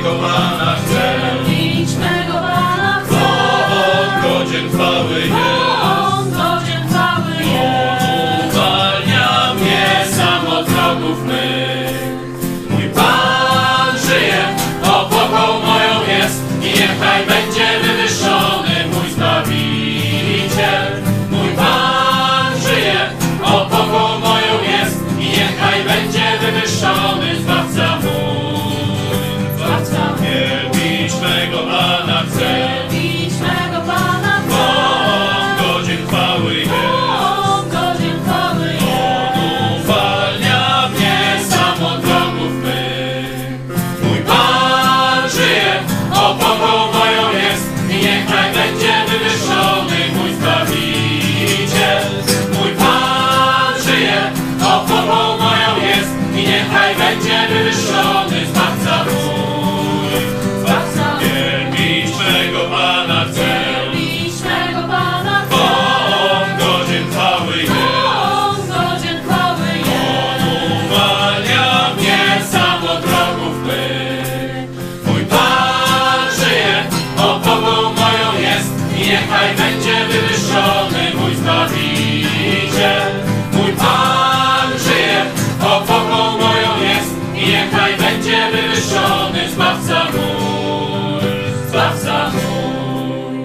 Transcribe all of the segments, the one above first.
mego Pana chcę, widzieć mego Pana chcę, bo On godzien chwały jest. On godzien chwały jest. Uwalnia mnie sam od wrogów mych. Mój Pan żyje, opoką moją jest i niechaj będzie wywyższony mój Zbawiciel. Mój Pan żyje, opoką moją jest i niechaj będzie wywyższony Zbawca mój. Zbawca wielbić mego Pana chcę, Widzieć mego Pana bo chcę, On godzien chwały jest. On godzien chwały jest. Uwalnia mnie sam od wrogów mych. Mój Pan żyje, opoką moją jest i niechaj będzie wywyższony mój Zbawiciel. Mój Pan żyje, opoką moją jest i niechaj będzie wywyższony Zbawca mój. Zbawca wielbić mego Pana chcę, Widzieć mego Pana bo chcę, On godzien chwały jest. On godzien chwały jest. Uwalnia mnie sam od wrogów mych. Mój Pan żyje, opoką moją jest i niechaj będzie wywyższony mój Zbawiciel. Mój Pan żyje, opoką moją jest i niechaj będzie wywyższony Zbawca mój. Zbawca mój.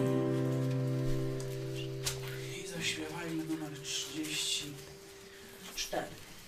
I zaśpiewajmy numer 34.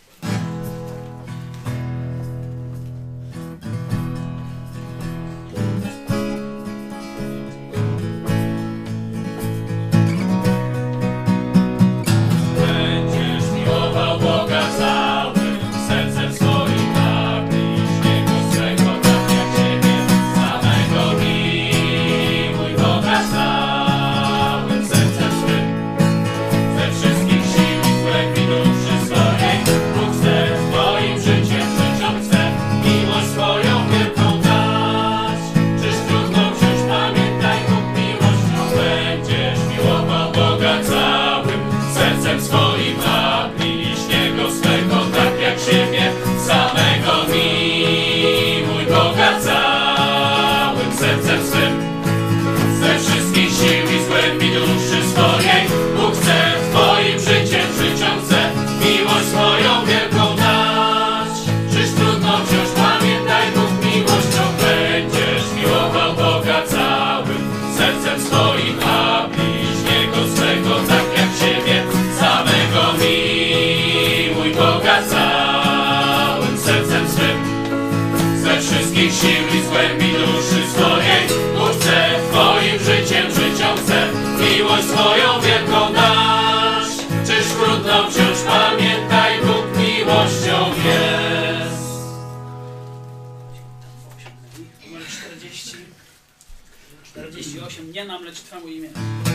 Będziesz miłował Boga całym sercem swoim, tak bliźniego swego, tak jak siebie samego. Miłuj Boga całym sercem swym, ze wszystkich sił i głębi duszy swojej. Bóg chce twoim życiem życiom chce miłość swoją wielką dać. Czyż trudno wziąć, pamiętaj, Bóg miłością będziesz miłował Boga całym sercem swoim, a bliźniego swego tak jak siebie samego. Miłuj Boga całym sercem swym, ze wszystkich sił i z głębi duszy swojej. Bóg chce twoim życiem życiom chce miłość swoją wielką dać. Czyż trudno wziąć, pamiętaj, Bóg miłością będziesz miłował Boga całym sercem swoim, a bliźniego swego tak jak siebie samego. Miłuj Boga całym sercem swym, ze wszystkich sił i z głębi duszy swojej. Bóg chce twoim życiem życiom chce miłość swoją wielką dać. Czyż trudno wziąć, pamiętaj, Bóg miłością jest. Numer 40. 48. Nie nam, lecz Twemu imię.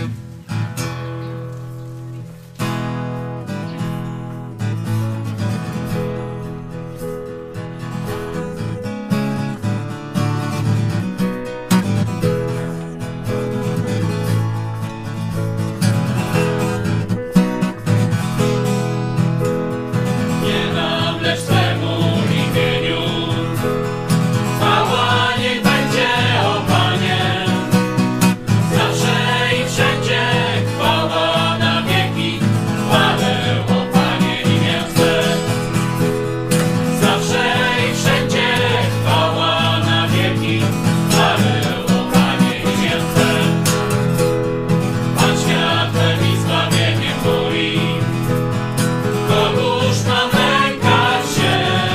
Nie nam, lecz Twemu imieniu chwała niech będzie, o Panie. Zawsze i wszędzie chwała na wieki. Chwalę, o Panie, imię Twe. Zawsze i wszędzie chwała na wieki. Chwalę, o Panie, imię Twe. Pan światłem i zbawieniem mój. Kogóż mam lękać się?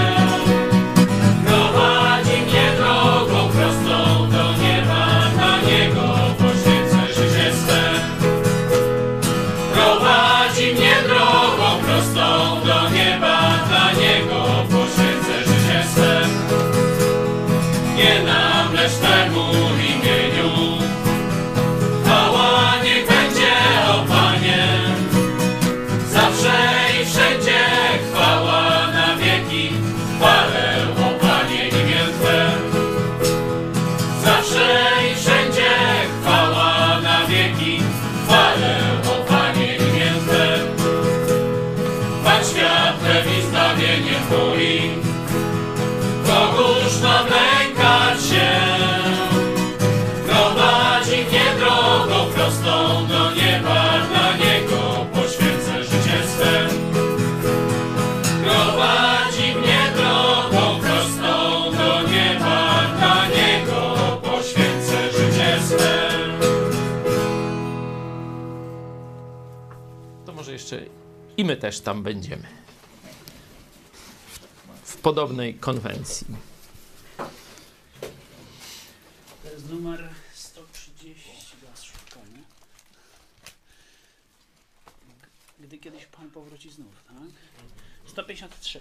Prowadzi mnie drogą prostą do nieba, dla Niego poświęcę życie swe. Prowadzi mnie drogą prostą do nieba, dla Niego poświęcę życie swe. Nie nam, lecz Twemu imieniu chwała niech będzie, o Panie. Zawsze i wszędzie chwała na wieki. Chwalę, o Panie, imię Twe. Zawsze i wszędzie chwała na wieki. Chwalę, o Panie, imię Twe. Pan światłem i zbawieniem moim. Kogóż mam lękać się? i my też tam będziemy. W podobnej konwencji. To jest numer 130 dla szukania. Gdy kiedyś Pan powróci znów, tak? 153.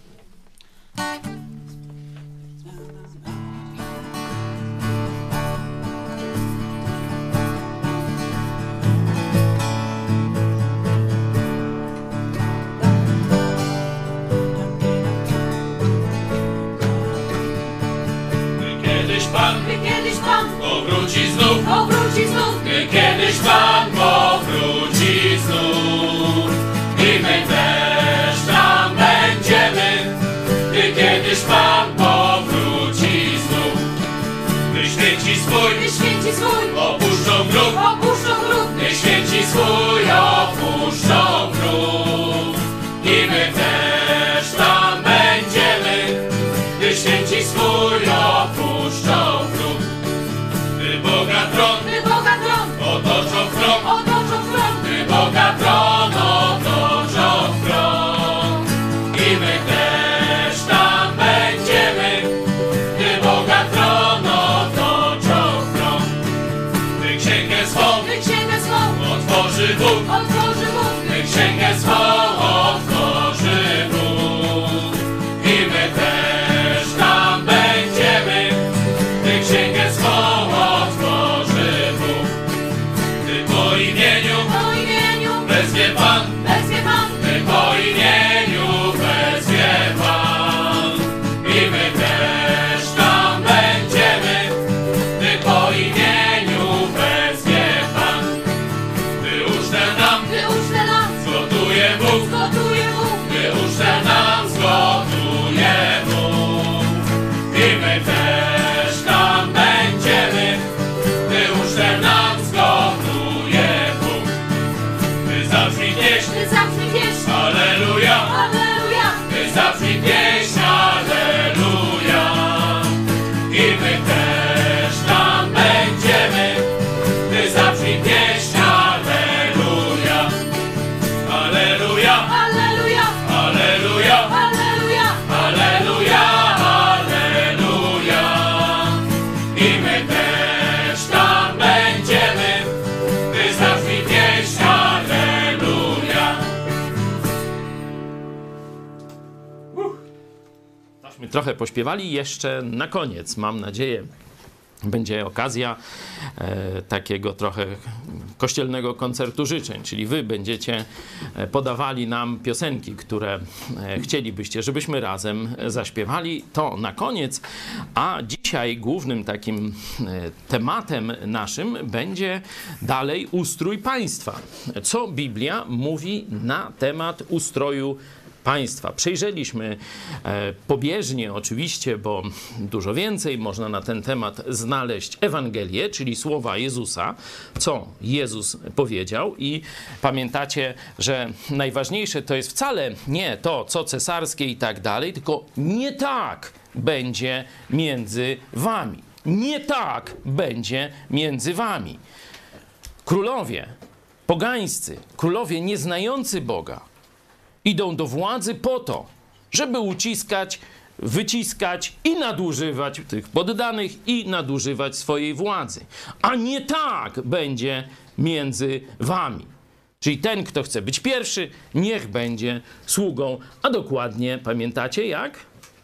Gdy kiedyś Pan Powróci znów, powróci znów, gdy kiedyś Pan powróci znów i my też tam będziemy, gdy kiedyś Pan powróci znów. Gdy święci swój opuszczą grób, gdy święci swój opuszczą grób i my też tam będziemy, gdy święci swój opuszczą grób. Gdy Boga tron otoczą w krąg, gdy Boga tron otoczą w krąg i my też tam będziemy, gdy Boga tron otoczą w krąg. Gdy księgę swą otworzy Bóg, gdy księgę swą otworzy Bóg i my też tam będziemy, gdy księgę swą otworzy Bóg. Gdy po imieniu wezwie Pan, gdy po imieniu wezwie Pan i my też tam będziemy, gdy po imieniu wezwie Pan. Gdy ucztę nam zgotuje Bóg, gdy ucztę nam zgotuje Bóg i my też tam będziemy, gdy ucztę nam zgotuje Bóg. Gdy zabrzmi pieśń, Alleluja, gdy zabrzmi pieśń, Alleluja i my też tam będziemy, gdy zabrzmi pieśń, Alleluja, Alleluja, Alleluja, Alleluja, Alleluja i my też tam będziemy, gdy zabrzmi pieśń, Alleluja. Tośmy trochę pośpiewali jeszcze na koniec, mam nadzieję. Będzie okazja takiego trochę kościelnego koncertu życzeń, czyli wy będziecie podawali nam piosenki, które chcielibyście, żebyśmy razem zaśpiewali. To na koniec, a dzisiaj głównym takim tematem naszym będzie dalej ustrój państwa. Co Biblia mówi na temat ustroju państwa. Przejrzeliśmy pobieżnie oczywiście, bo dużo więcej można na ten temat znaleźć Ewangelię, czyli słowa Jezusa, co Jezus powiedział i pamiętacie, że najważniejsze to jest wcale nie to, co cesarskie i tak dalej, tylko nie tak będzie między wami. Nie tak będzie między wami. Królowie pogańscy, królowie nieznający Boga, idą do władzy po to, żeby uciskać, wyciskać i nadużywać tych poddanych i nadużywać swojej władzy. A nie tak będzie między wami. Czyli ten, kto chce być pierwszy, niech będzie sługą, a dokładnie pamiętacie jak?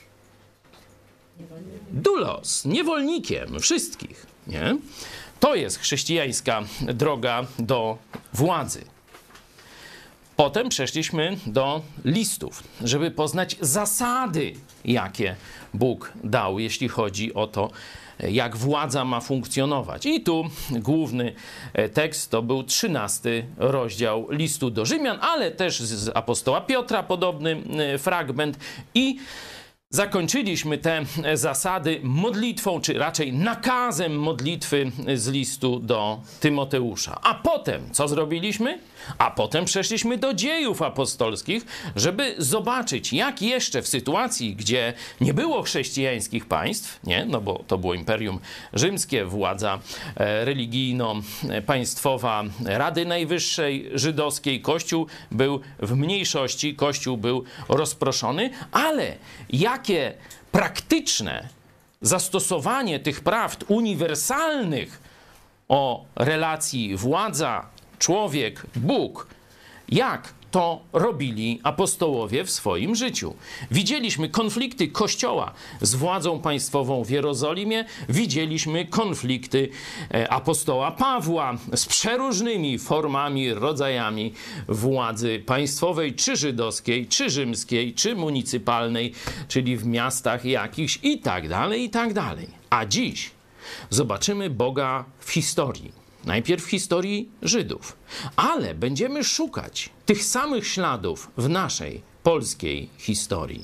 Doulos, niewolnikiem wszystkich. Nie? To jest chrześcijańska droga do władzy. Potem przeszliśmy do listów, żeby poznać zasady, jakie Bóg dał, jeśli chodzi o to, jak władza ma funkcjonować. I tu główny tekst to był 13 rozdział listu do Rzymian, ale też z apostoła Piotra podobny fragment i Zakończyliśmy te zasady modlitwą, czy raczej nakazem modlitwy z listu do Tymoteusza. A potem co zrobiliśmy? A potem przeszliśmy do Dziejów Apostolskich, żeby zobaczyć, jak jeszcze w sytuacji, gdzie nie było chrześcijańskich państw, nie, no bo to było Imperium Rzymskie, władza religijno-państwowa Rady Najwyższej Żydowskiej, Kościół był w mniejszości, Kościół był rozproszony, ale jakie praktyczne zastosowanie tych prawd uniwersalnych o relacji władza, człowiek, Bóg, jak to robili apostołowie w swoim życiu. Widzieliśmy konflikty Kościoła z władzą państwową w Jerozolimie, widzieliśmy konflikty apostoła Pawła z przeróżnymi formami, rodzajami władzy państwowej, czy żydowskiej, czy rzymskiej, czy municypalnej, czyli w miastach jakichś i tak dalej, i tak dalej. A dziś zobaczymy Boga w historii. Najpierw w historii Żydów, ale będziemy szukać tych samych śladów w naszej polskiej historii.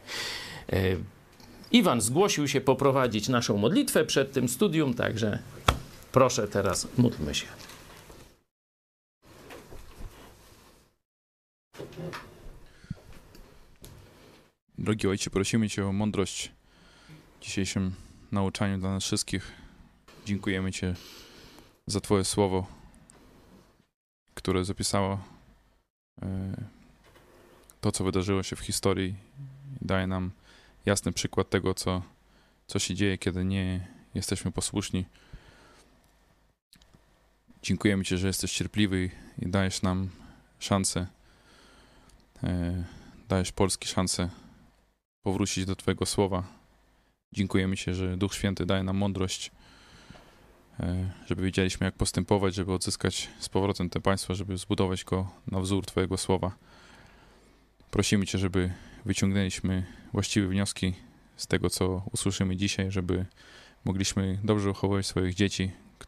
Iwan zgłosił się poprowadzić naszą modlitwę przed tym studium, także proszę teraz, módlmy się. Drogi Ojcze, prosimy Cię o mądrość w dzisiejszym nauczaniu dla nas wszystkich. Dziękujemy Ci za Twoje słowo, które zapisało to, co wydarzyło się w historii. Daje nam jasny przykład tego, co się dzieje, kiedy nie jesteśmy posłuszni. Dziękujemy Ci, że jesteś cierpliwy i dajesz nam szansę, dajesz Polsce szansę powrócić do Twojego słowa. Dziękujemy Ci, że Duch Święty daje nam mądrość, żeby wiedzieliśmy, jak postępować, żeby odzyskać z powrotem te państwo, żeby zbudować go na wzór Twojego słowa. Prosimy Cię, żeby wyciągnęliśmy właściwe wnioski z tego, co usłyszymy dzisiaj, żeby mogliśmy dobrze wychowywać swoich dzieci,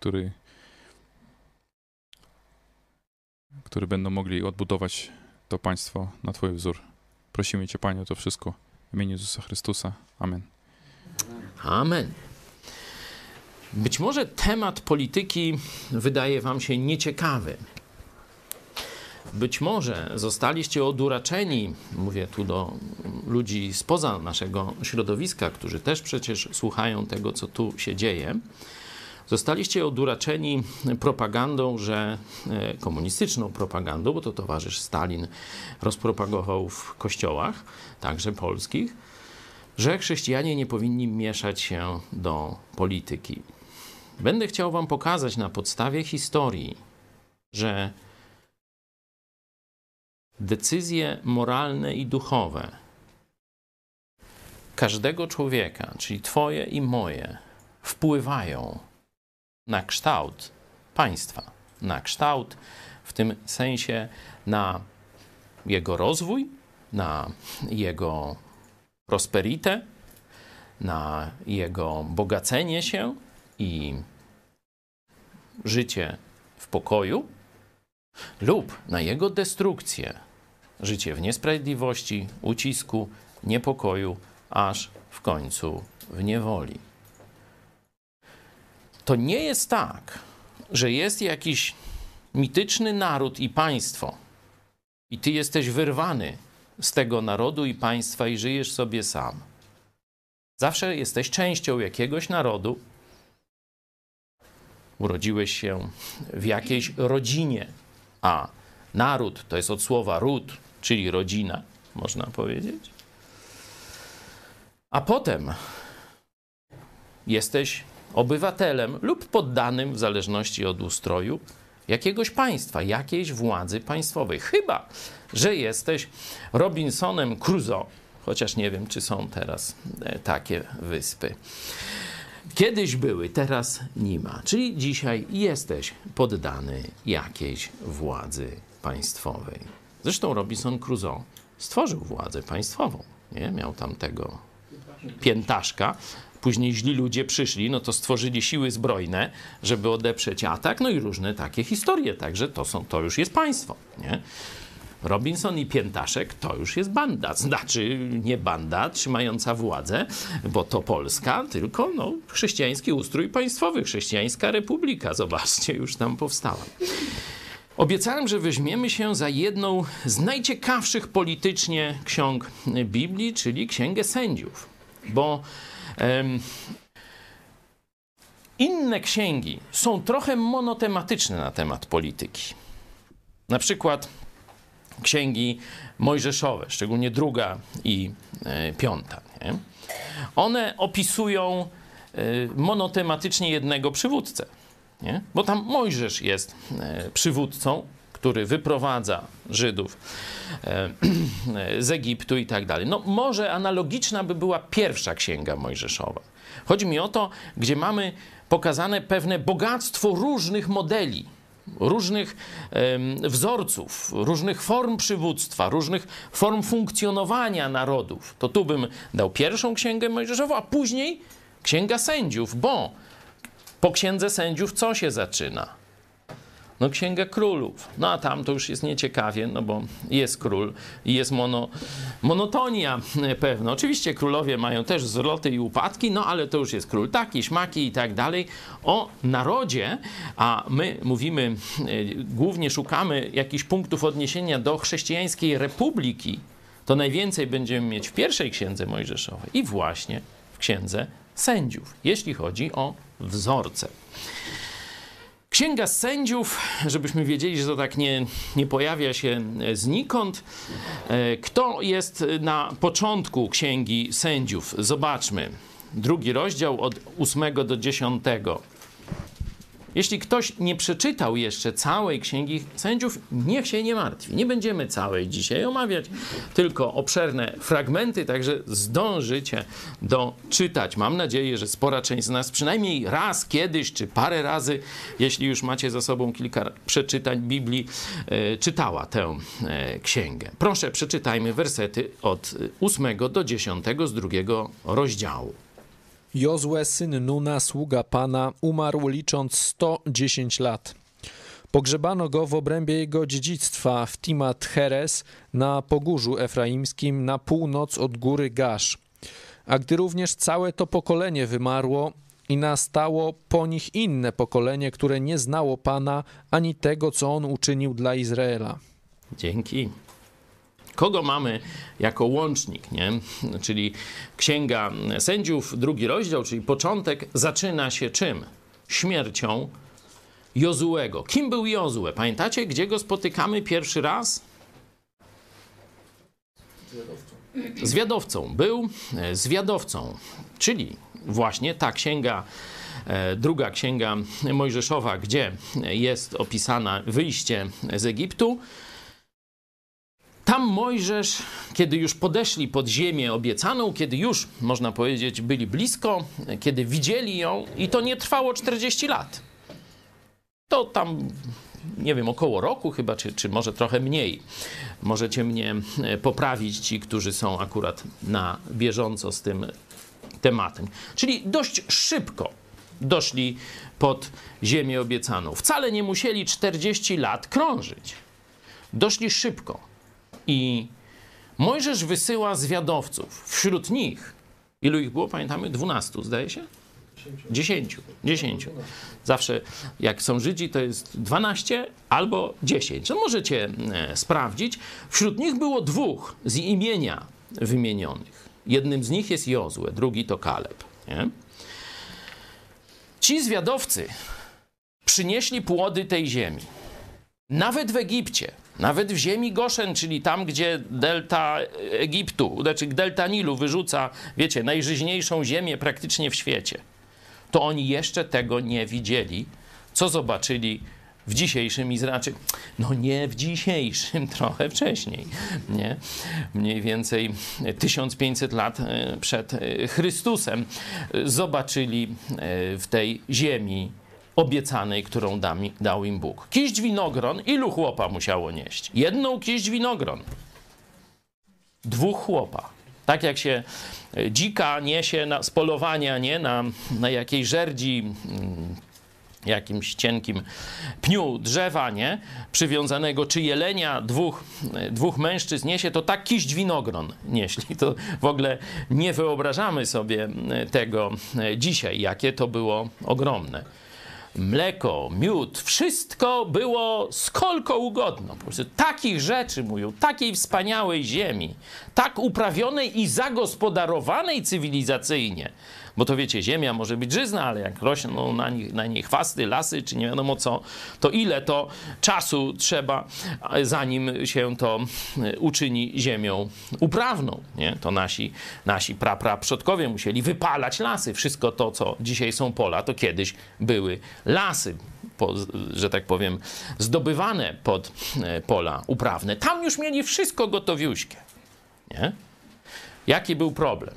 które będą mogli odbudować to państwo na Twój wzór. Prosimy Cię, Panie, o to wszystko w imieniu Jezusa Chrystusa. Amen. Amen. Być może temat polityki wydaje wam się nieciekawy. Być może zostaliście oduraczeni, mówię tu do ludzi spoza naszego środowiska, którzy też przecież słuchają tego, co tu się dzieje. Zostaliście oduraczeni propagandą, komunistyczną propagandą, bo to towarzysz Stalin rozpropagował w kościołach, także polskich, że chrześcijanie nie powinni mieszać się do polityki. Będę chciał wam pokazać na podstawie historii, że decyzje moralne i duchowe każdego człowieka, czyli twoje i moje, wpływają na kształt państwa, na kształt w tym sensie na jego rozwój, na jego prosperitę, na jego bogacenie się i życie w pokoju, lub na jego destrukcję, życie w niesprawiedliwości, ucisku, niepokoju, aż w końcu w niewoli. To nie jest tak, że jest jakiś mityczny naród i państwo i ty jesteś wyrwany z tego narodu i państwa i żyjesz sobie sam. Zawsze jesteś częścią jakiegoś narodu. Urodziłeś się w jakiejś rodzinie, a naród to jest od słowa ród, czyli rodzina, można powiedzieć. A potem jesteś obywatelem lub poddanym, w zależności od ustroju, jakiegoś państwa, jakiejś władzy państwowej. Chyba że jesteś Robinsonem Crusoe, chociaż nie wiem, czy są teraz takie wyspy. Kiedyś były, teraz nie ma. Czyli dzisiaj jesteś poddany jakiejś władzy państwowej. Zresztą Robinson Crusoe stworzył władzę państwową. Nie? Miał tam tego piętaszka. Później źli ludzie przyszli, no to stworzyli siły zbrojne, żeby odeprzeć atak, no i różne takie historie. Także to już jest państwo. Nie? Robinson i Piętaszek to już jest banda. Znaczy nie banda trzymająca władzę, bo to Polska, tylko no, chrześcijański ustrój państwowy, chrześcijańska republika. Zobaczcie, już tam powstała. Obiecałem, że weźmiemy się za jedną z najciekawszych politycznie ksiąg Biblii, czyli Księgę Sędziów. Bo inne księgi są trochę monotematyczne na temat polityki. Na przykład księgi mojżeszowe, szczególnie 2 i 5. Nie? One opisują monotematycznie jednego przywódcę. Nie? Bo tam Mojżesz jest przywódcą, który wyprowadza Żydów z Egiptu i tak dalej. No może analogiczna by była pierwsza księga mojżeszowa. Chodzi mi o to, gdzie mamy pokazane pewne bogactwo różnych modeli, różnych wzorców, różnych form przywództwa, różnych form funkcjonowania narodów. To tu bym dał pierwszą księgę mojżeszową, a później księga sędziów, bo po księdze sędziów co się zaczyna? No księga królów. No a tam to już jest nieciekawie, no bo jest król i jest monotonia pewna. Oczywiście królowie mają też wzloty i upadki, no ale to już jest król taki, śmaki i tak dalej. O narodzie, a my mówimy, głównie szukamy jakichś punktów odniesienia do chrześcijańskiej republiki, to najwięcej będziemy mieć w pierwszej księdze mojżeszowej i właśnie w księdze sędziów, jeśli chodzi o wzorce. Księga Sędziów, żebyśmy wiedzieli, że to tak nie pojawia się znikąd. Kto jest na początku Księgi Sędziów? Zobaczmy. 2 rozdział od 8 do 10. Jeśli ktoś nie przeczytał jeszcze całej Księgi Sędziów, niech się nie martwi. Nie będziemy całej dzisiaj omawiać, tylko obszerne fragmenty, także zdążycie doczytać. Mam nadzieję, że spora część z nas przynajmniej raz kiedyś, czy parę razy, jeśli już macie za sobą kilka przeczytań Biblii, czytała tę księgę. Proszę, przeczytajmy wersety od 8 do 10 z 2 rozdziału. Jozue, syn Nuna, sługa Pana, umarł licząc 110 lat. Pogrzebano go w obrębie jego dziedzictwa w Timat-Heres na Pogórzu Efraimskim na północ od góry Gasz. A gdy również całe to pokolenie wymarło i nastało po nich inne pokolenie, które nie znało Pana ani tego, co On uczynił dla Izraela. Dzięki. Kogo mamy jako łącznik, nie? Czyli Księga Sędziów, 2 rozdział, czyli początek, zaczyna się czym? Śmiercią Jozuego. Kim był Jozue? Pamiętacie, gdzie go spotykamy pierwszy raz? Zwiadowcą. Był zwiadowcą, czyli właśnie ta księga, 2 księga Mojżeszowa, gdzie jest opisane wyjście z Egiptu. Tam Mojżesz, kiedy już podeszli pod ziemię obiecaną, kiedy już, można powiedzieć, byli blisko, kiedy widzieli ją, i to nie trwało 40 lat. To tam, nie wiem, około roku chyba, czy może trochę mniej. Możecie mnie poprawić, ci, którzy są akurat na bieżąco z tym tematem. Czyli dość szybko doszli pod ziemię obiecaną. Wcale nie musieli 40 lat krążyć. Doszli szybko. I Mojżesz wysyła zwiadowców. Wśród nich, ilu ich było, pamiętamy? 12, zdaje się? 10. Zawsze jak są Żydzi, to jest 12 albo 10. No możecie sprawdzić. Wśród nich było 2 z imienia wymienionych. Jednym z nich jest Jozue, drugi to Kaleb. Nie? Ci zwiadowcy przynieśli płody tej ziemi. Nawet w Egipcie, nawet w ziemi Goszen, czyli tam, gdzie delta Egiptu, znaczy delta Nilu wyrzuca, wiecie, najżyźniejszą ziemię praktycznie w świecie, to oni jeszcze tego nie widzieli, co zobaczyli w dzisiejszym Izraelu. No nie w dzisiejszym, trochę wcześniej, nie? Mniej więcej 1500 lat przed Chrystusem zobaczyli w tej ziemi obiecanej, którą dał im Bóg. Kiść winogron, ilu chłopa musiało nieść? 1 kiść winogron. 2 chłopa. Tak jak się dzika niesie z polowania, nie? Na jakiejś żerdzi jakimś cienkim pniu drzewa, nie? Przywiązanego, czy jelenia dwóch mężczyzn niesie, to tak kiść winogron nieśli. To w ogóle nie wyobrażamy sobie tego dzisiaj, jakie to było ogromne. Mleko, miód, wszystko było skolko ugodno. Po prostu takich rzeczy, mówią, takiej wspaniałej ziemi, tak uprawionej i zagospodarowanej cywilizacyjnie. Bo to wiecie, ziemia może być żyzna, ale jak rośną na niej chwasty, lasy, czy nie wiadomo co, to ile to czasu trzeba, zanim się to uczyni ziemią uprawną. Nie? To nasi praprzodkowie musieli wypalać lasy. Wszystko to, co dzisiaj są pola, to kiedyś były lasy, że tak powiem, zdobywane pod pola uprawne. Tam już mieli wszystko gotowiuśkie. Nie? Jaki był problem?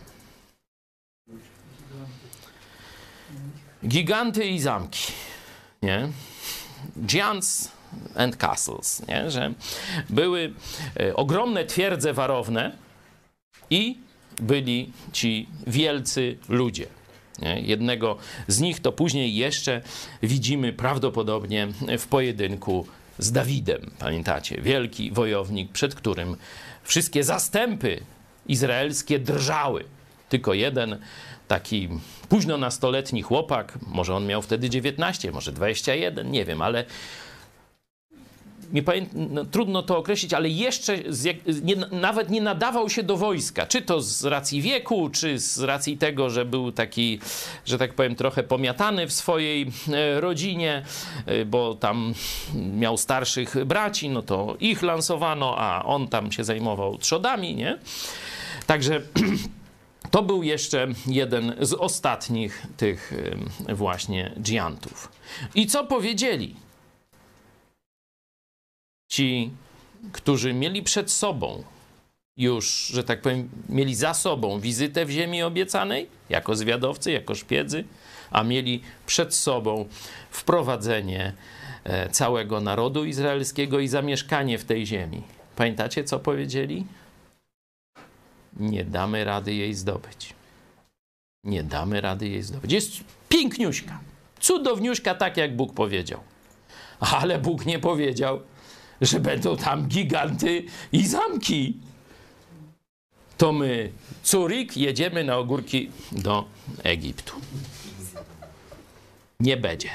Giganty i zamki, nie? Giants and castles, nie? Że były ogromne twierdze warowne i byli ci wielcy ludzie. Nie? Jednego z nich to później jeszcze widzimy prawdopodobnie w pojedynku z Dawidem. Pamiętacie? Wielki wojownik, przed którym wszystkie zastępy izraelskie drżały. Tylko jeden taki późno nastoletni chłopak, może on miał wtedy 19, może 21, nie wiem, ale trudno to określić, ale jeszcze nawet nie nadawał się do wojska. Czy to z racji wieku, czy z racji tego, że był taki, że tak powiem, trochę pomiatany w swojej rodzinie, bo tam miał starszych braci, no to ich lansowano, a on tam się zajmował trzodami, nie? Także to był jeszcze jeden z ostatnich tych właśnie giantów. I co powiedzieli ci, którzy mieli przed sobą już, że tak powiem, mieli za sobą wizytę w ziemi obiecanej, jako zwiadowcy, jako szpiedzy, a mieli przed sobą wprowadzenie całego narodu izraelskiego i zamieszkanie w tej ziemi. Pamiętacie, co powiedzieli? Nie damy rady jej zdobyć. Nie damy rady jej zdobyć. Jest piękniuśka, cudowniuśka, tak jak Bóg powiedział. Ale Bóg nie powiedział, że będą tam giganty i zamki. To my, Curik, jedziemy na ogórki do Egiptu. Nie będzie.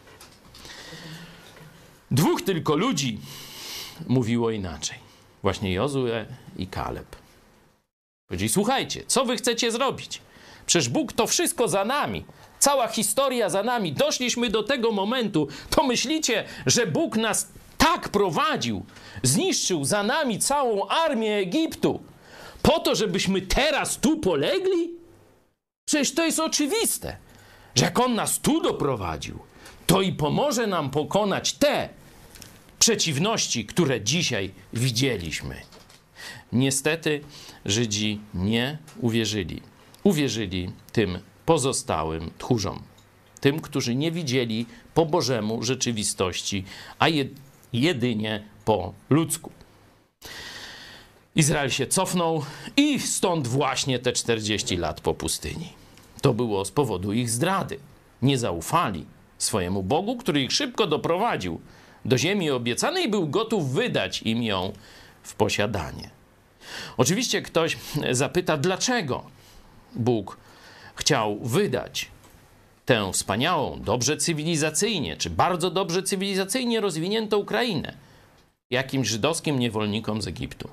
Dwóch tylko ludzi mówiło inaczej. Właśnie Jozue i Kaleb. Powiedzieli, słuchajcie, co wy chcecie zrobić? Przecież Bóg to wszystko za nami. Cała historia za nami. Doszliśmy do tego momentu. To myślicie, że Bóg nas tak prowadził, zniszczył za nami całą armię Egiptu, po to, żebyśmy teraz tu polegli? Przecież to jest oczywiste, że jak On nas tu doprowadził, to i pomoże nam pokonać te przeciwności, które dzisiaj widzieliśmy. Niestety Żydzi nie uwierzyli. Uwierzyli tym pozostałym tchórzom. Tym, którzy nie widzieli po Bożemu rzeczywistości, a jedynie po ludzku. Izrael się cofnął i stąd właśnie te 40 lat po pustyni. To było z powodu ich zdrady. Nie zaufali swojemu Bogu, który ich szybko doprowadził do ziemi obiecanej i był gotów wydać im ją w posiadanie. Oczywiście ktoś zapyta, dlaczego Bóg chciał wydać tę wspaniałą, dobrze cywilizacyjnie, czy bardzo dobrze cywilizacyjnie rozwiniętą Ukrainę jakimś żydowskim niewolnikom z Egiptu.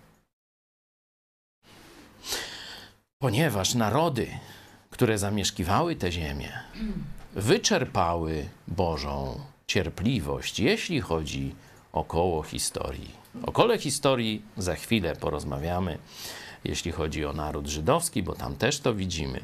Ponieważ narody, które zamieszkiwały tę ziemię, wyczerpały Bożą cierpliwość, jeśli chodzi o koło historii. O kole historii za chwilę porozmawiamy, jeśli chodzi o naród żydowski, bo tam też to widzimy.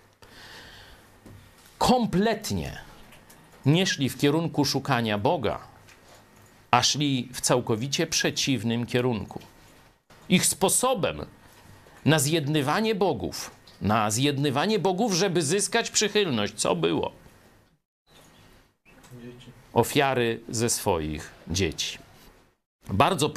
Kompletnie nie szli w kierunku szukania Boga, a szli w całkowicie przeciwnym kierunku. Ich sposobem na zjednywanie bogów, żeby zyskać przychylność, co było? Ofiary ze swoich dzieci. Bardzo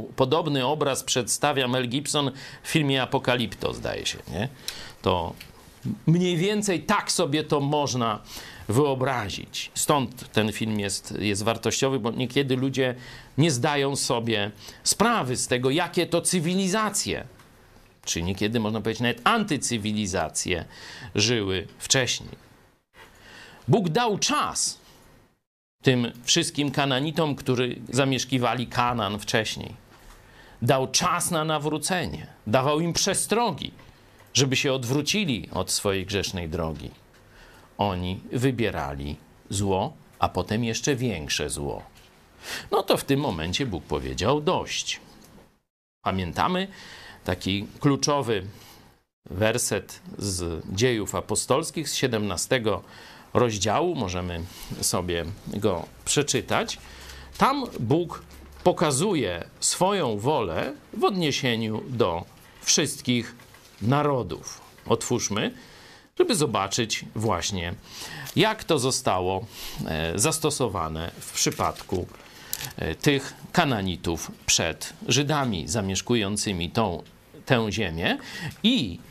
podobny obraz przedstawia Mel Gibson w filmie Apokalipto, zdaje się, nie? To Mniej więcej tak sobie to można wyobrazić. Stąd ten film jest wartościowy, bo niekiedy ludzie nie zdają sobie sprawy z tego, jakie to cywilizacje, czy niekiedy można powiedzieć nawet antycywilizacje żyły wcześniej. Bóg dał czas tym wszystkim Kananitom, którzy zamieszkiwali Kanaan wcześniej. Dał czas na nawrócenie. Dawał im przestrogi, żeby się odwrócili od swojej grzesznej drogi. Oni wybierali zło, a potem jeszcze większe zło. No to w tym momencie Bóg powiedział dość. Pamiętamy taki kluczowy werset z Dziejów Apostolskich z 17 rozdziału, możemy sobie go przeczytać. Tam Bóg pokazuje swoją wolę w odniesieniu do wszystkich narodów. Otwórzmy, żeby zobaczyć właśnie, jak to zostało zastosowane w przypadku tych Kananitów przed Żydami zamieszkującymi tę ziemię i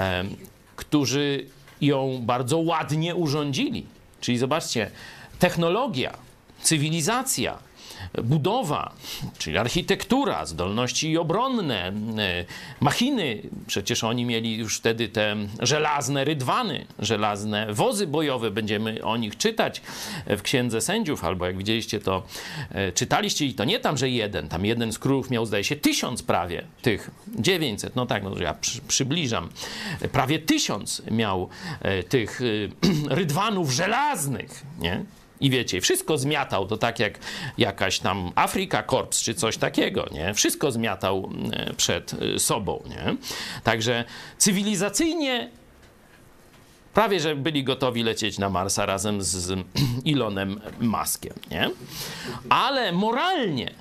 którzy ją bardzo ładnie urządzili. Czyli zobaczcie, technologia, cywilizacja, budowa, czyli architektura, zdolności obronne, machiny. Przecież oni mieli już wtedy te żelazne rydwany, żelazne wozy bojowe. Będziemy o nich czytać w Księdze Sędziów, albo jak widzieliście, to czytaliście i to nie tam, że jeden. Tam jeden z królów miał, zdaje się, 1000 prawie tych, 900, no tak, no ja przybliżam. Prawie 1000 miał tych rydwanów żelaznych, nie? I wiecie, wszystko zmiatał, to tak jak jakaś tam Afrika Korps czy coś takiego, nie? Wszystko zmiatał przed sobą, nie? Także cywilizacyjnie prawie, że byli gotowi lecieć na Marsa razem z Elonem Muskiem, nie? Ale moralnie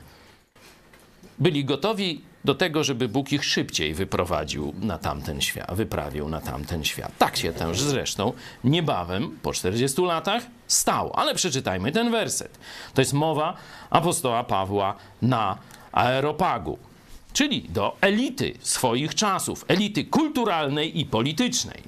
byli gotowi do tego, żeby Bóg ich szybciej wyprowadził na tamten świat, wyprawił na tamten świat. Tak się też zresztą niebawem, po 40 latach, stało. Ale przeczytajmy ten werset. To jest mowa apostoła Pawła na Areopagu, czyli do elity swoich czasów, elity kulturalnej i politycznej.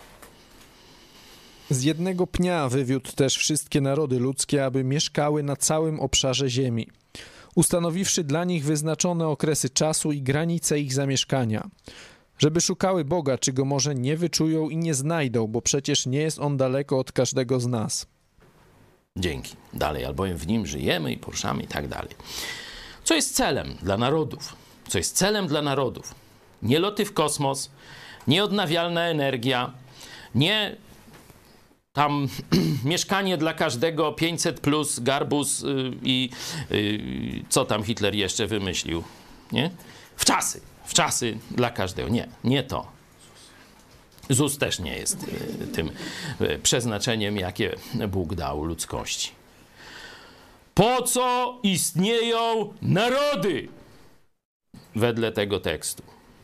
Z jednego pnia wywiódł też wszystkie narody ludzkie, aby mieszkały na całym obszarze ziemi, ustanowiwszy dla nich wyznaczone okresy czasu i granice ich zamieszkania, żeby szukały Boga, czy Go może nie wyczują i nie znajdą, bo przecież nie jest On daleko od każdego z nas. Dzięki. Dalej, albowiem w Nim żyjemy i poruszamy i tak dalej. Co jest celem dla narodów? Co jest celem dla narodów? Nie loty w kosmos, nie odnawialna energia, nie tam mieszkanie dla każdego 500 plus garbus i co tam Hitler jeszcze wymyślił, nie? W czasy dla każdego. Nie to. ZUS też nie jest tym przeznaczeniem, jakie Bóg dał ludzkości. Po co istnieją narody? Wedle tego tekstu.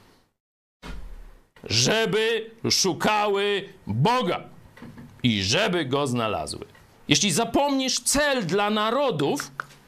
Żeby szukały Boga i żeby Go znalazły. Jeśli zapomnisz cel dla narodów,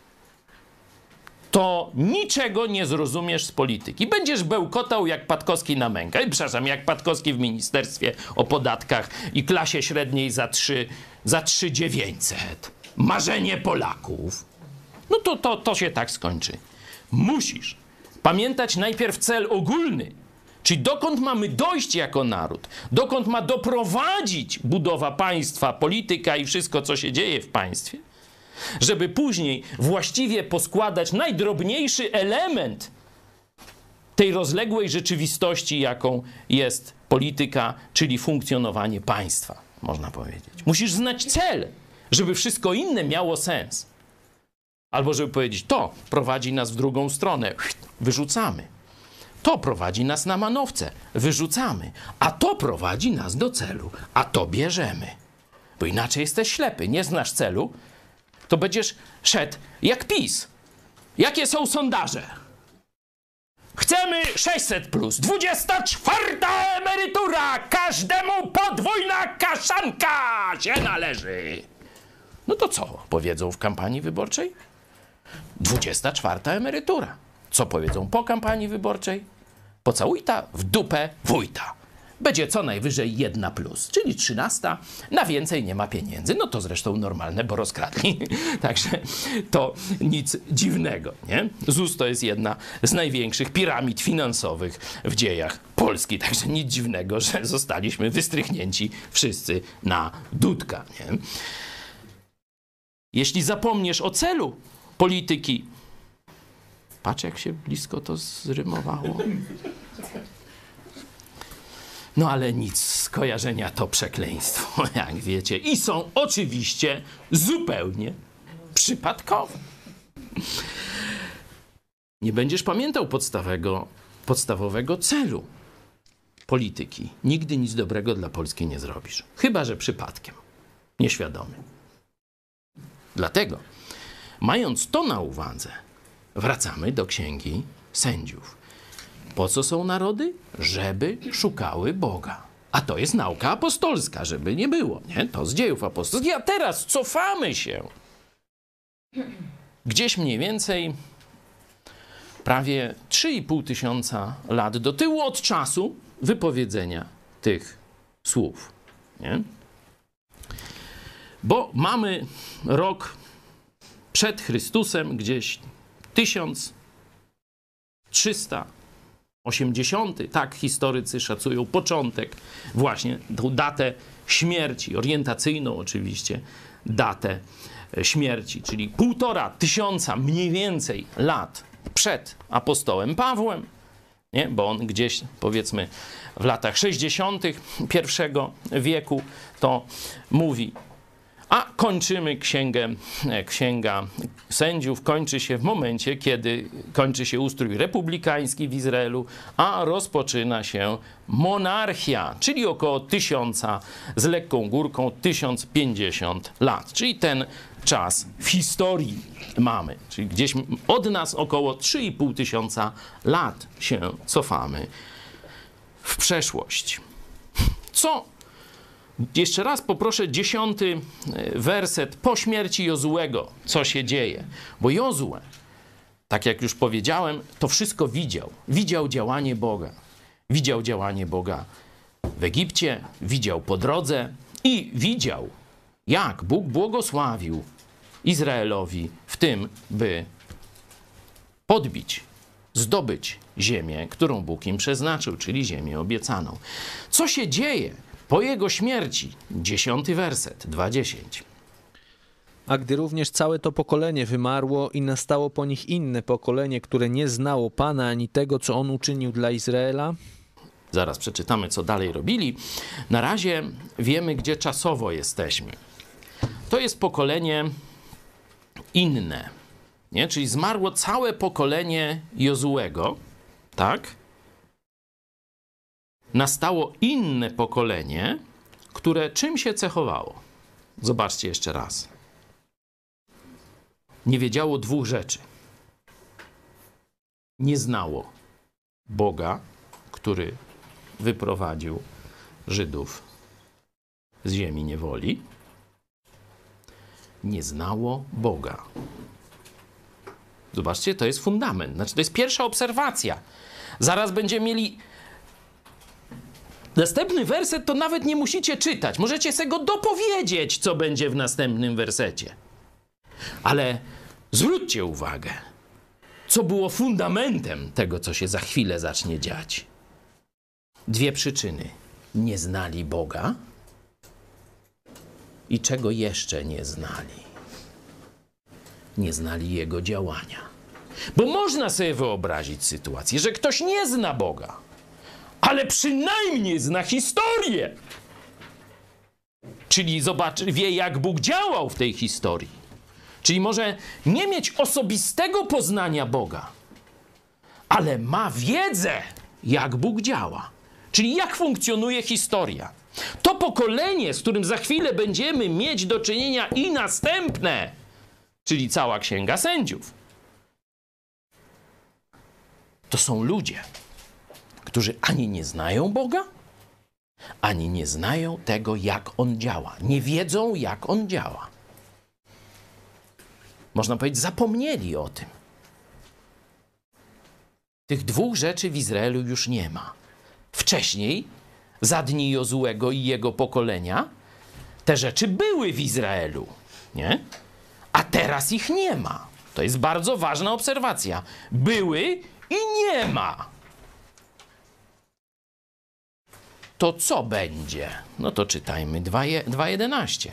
to niczego nie zrozumiesz z polityki. Będziesz bełkotał jak Patkowski na Męka. Przepraszam, jak Patkowski w ministerstwie o podatkach i klasie średniej za 3900. Marzenie Polaków. No to się tak skończy. Musisz pamiętać najpierw cel ogólny, czyli dokąd mamy dojść jako naród, dokąd ma doprowadzić budowa państwa, polityka i wszystko, co się dzieje w państwie, żeby później właściwie poskładać najdrobniejszy element tej rozległej rzeczywistości, jaką jest polityka, czyli funkcjonowanie państwa, można powiedzieć. Musisz znać cel, żeby wszystko inne miało sens. Albo żeby powiedzieć, to prowadzi nas w drugą stronę, wyrzucamy. To prowadzi nas na manowce, wyrzucamy. A to prowadzi nas do celu, a to bierzemy. Bo inaczej jesteś ślepy, nie znasz celu, to będziesz szedł jak PiS. Jakie są sondaże? Chcemy 600 plus, 24 emerytura, każdemu podwójna kaszanka się należy. No to co powiedzą w kampanii wyborczej? 24 emerytura. Co powiedzą po kampanii wyborczej? Pocałuj ta w dupę wójta. będzie co najwyżej 1+, czyli 13, na więcej nie ma pieniędzy. No to zresztą normalne, bo rozkradli. Także to nic dziwnego, nie? ZUS to jest jedna z największych piramid finansowych w dziejach Polski. Także nic dziwnego, że zostaliśmy wystrychnięci wszyscy na dudka, nie? Jeśli zapomniesz o celu polityki, patrz jak się blisko to zrymowało. No ale nic, skojarzenia to przekleństwo, jak wiecie. I są oczywiście zupełnie przypadkowe. Nie będziesz pamiętał podstawowego celu polityki. Nigdy nic dobrego dla Polski nie zrobisz. Chyba że przypadkiem. Nieświadomy. Dlatego, mając to na uwadze, wracamy do Księgi Sędziów. Po co są narody? Żeby szukały Boga. A to jest nauka apostolska, żeby nie było, nie? To z Dziejów Apostolskich. A teraz cofamy się gdzieś mniej więcej prawie 3,5 tysiąca lat do tyłu od czasu wypowiedzenia tych słów, nie? Bo mamy rok przed Chrystusem, gdzieś 1380, tak historycy szacują początek, właśnie tą datę śmierci, orientacyjną oczywiście datę śmierci, czyli 1500 mniej więcej lat przed apostołem Pawłem, nie? Bo on gdzieś, powiedzmy, w latach 60. I wieku to mówi. A kończymy Księga Sędziów kończy się w momencie, kiedy kończy się ustrój republikański w Izraelu, a rozpoczyna się monarchia, czyli około 1000 z lekką górką 1050 lat. Czyli ten czas w historii mamy. Czyli gdzieś od nas około 3,5 tysiąca lat się cofamy w przeszłość. Co? Jeszcze raz poproszę 10 werset po śmierci Jozłego. Co się dzieje? Bo Jozue, tak jak już powiedziałem, to wszystko widział. Widział działanie Boga. Widział działanie Boga w Egipcie, widział po drodze i widział, jak Bóg błogosławił Izraelowi w tym, by podbić, zdobyć ziemię, którą Bóg im przeznaczył, czyli ziemię obiecaną. Co się dzieje po jego śmierci? 10 werset, 2:10. A gdy również całe to pokolenie wymarło i nastało po nich inne pokolenie, które nie znało Pana ani tego, co On uczynił dla Izraela. Zaraz przeczytamy, co dalej robili. Na razie wiemy, gdzie czasowo jesteśmy. To jest pokolenie inne, nie? Czyli zmarło całe pokolenie Jozuego, tak? Nastało inne pokolenie, które czym się cechowało? Zobaczcie jeszcze raz. Nie wiedziało dwóch rzeczy. Nie znało Boga, który wyprowadził Żydów z ziemi niewoli. Nie znało Boga. Zobaczcie, to jest fundament. Znaczy, to jest pierwsza obserwacja. Zaraz będziemy mieli następny werset, to nawet nie musicie czytać. Możecie sobie go dopowiedzieć, co będzie w następnym wersecie. Ale zwróćcie uwagę, co było fundamentem tego, co się za chwilę zacznie dziać. Dwie przyczyny. Nie znali Boga i czego jeszcze nie znali. Nie znali Jego działania. Bo można sobie wyobrazić sytuację, że ktoś nie zna Boga, ale przynajmniej zna historię. Czyli wie, jak Bóg działał w tej historii. Czyli może nie mieć osobistego poznania Boga, ale ma wiedzę, jak Bóg działa. Czyli jak funkcjonuje historia. To pokolenie, z którym za chwilę będziemy mieć do czynienia i następne, czyli cała Księga Sędziów, to są ludzie, którzy ani nie znają Boga, ani nie znają tego, jak On działa. Nie wiedzą, jak On działa. Można powiedzieć, zapomnieli o tym. Tych dwóch rzeczy w Izraelu już nie ma. Wcześniej za dni Jozułego i jego pokolenia, te rzeczy były w Izraelu, nie? A teraz ich nie ma. To jest bardzo ważna obserwacja. Były i nie ma. To co będzie? No to czytajmy 2:11.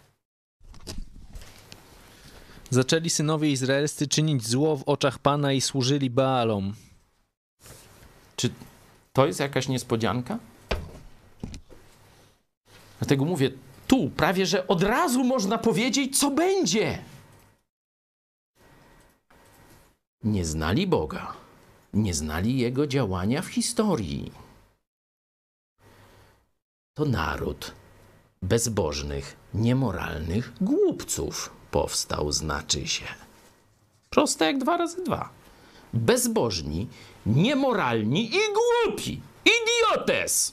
Zaczęli synowie izraelscy czynić zło w oczach Pana i służyli Baalom. Czy to jest jakaś niespodzianka? Dlatego mówię, tu prawie, że od razu można powiedzieć, co będzie. Nie znali Boga. Nie znali Jego działania w historii. To naród bezbożnych, niemoralnych głupców powstał, znaczy się. Proste jak 2 razy 2. Bezbożni, niemoralni i głupi. Idiotes!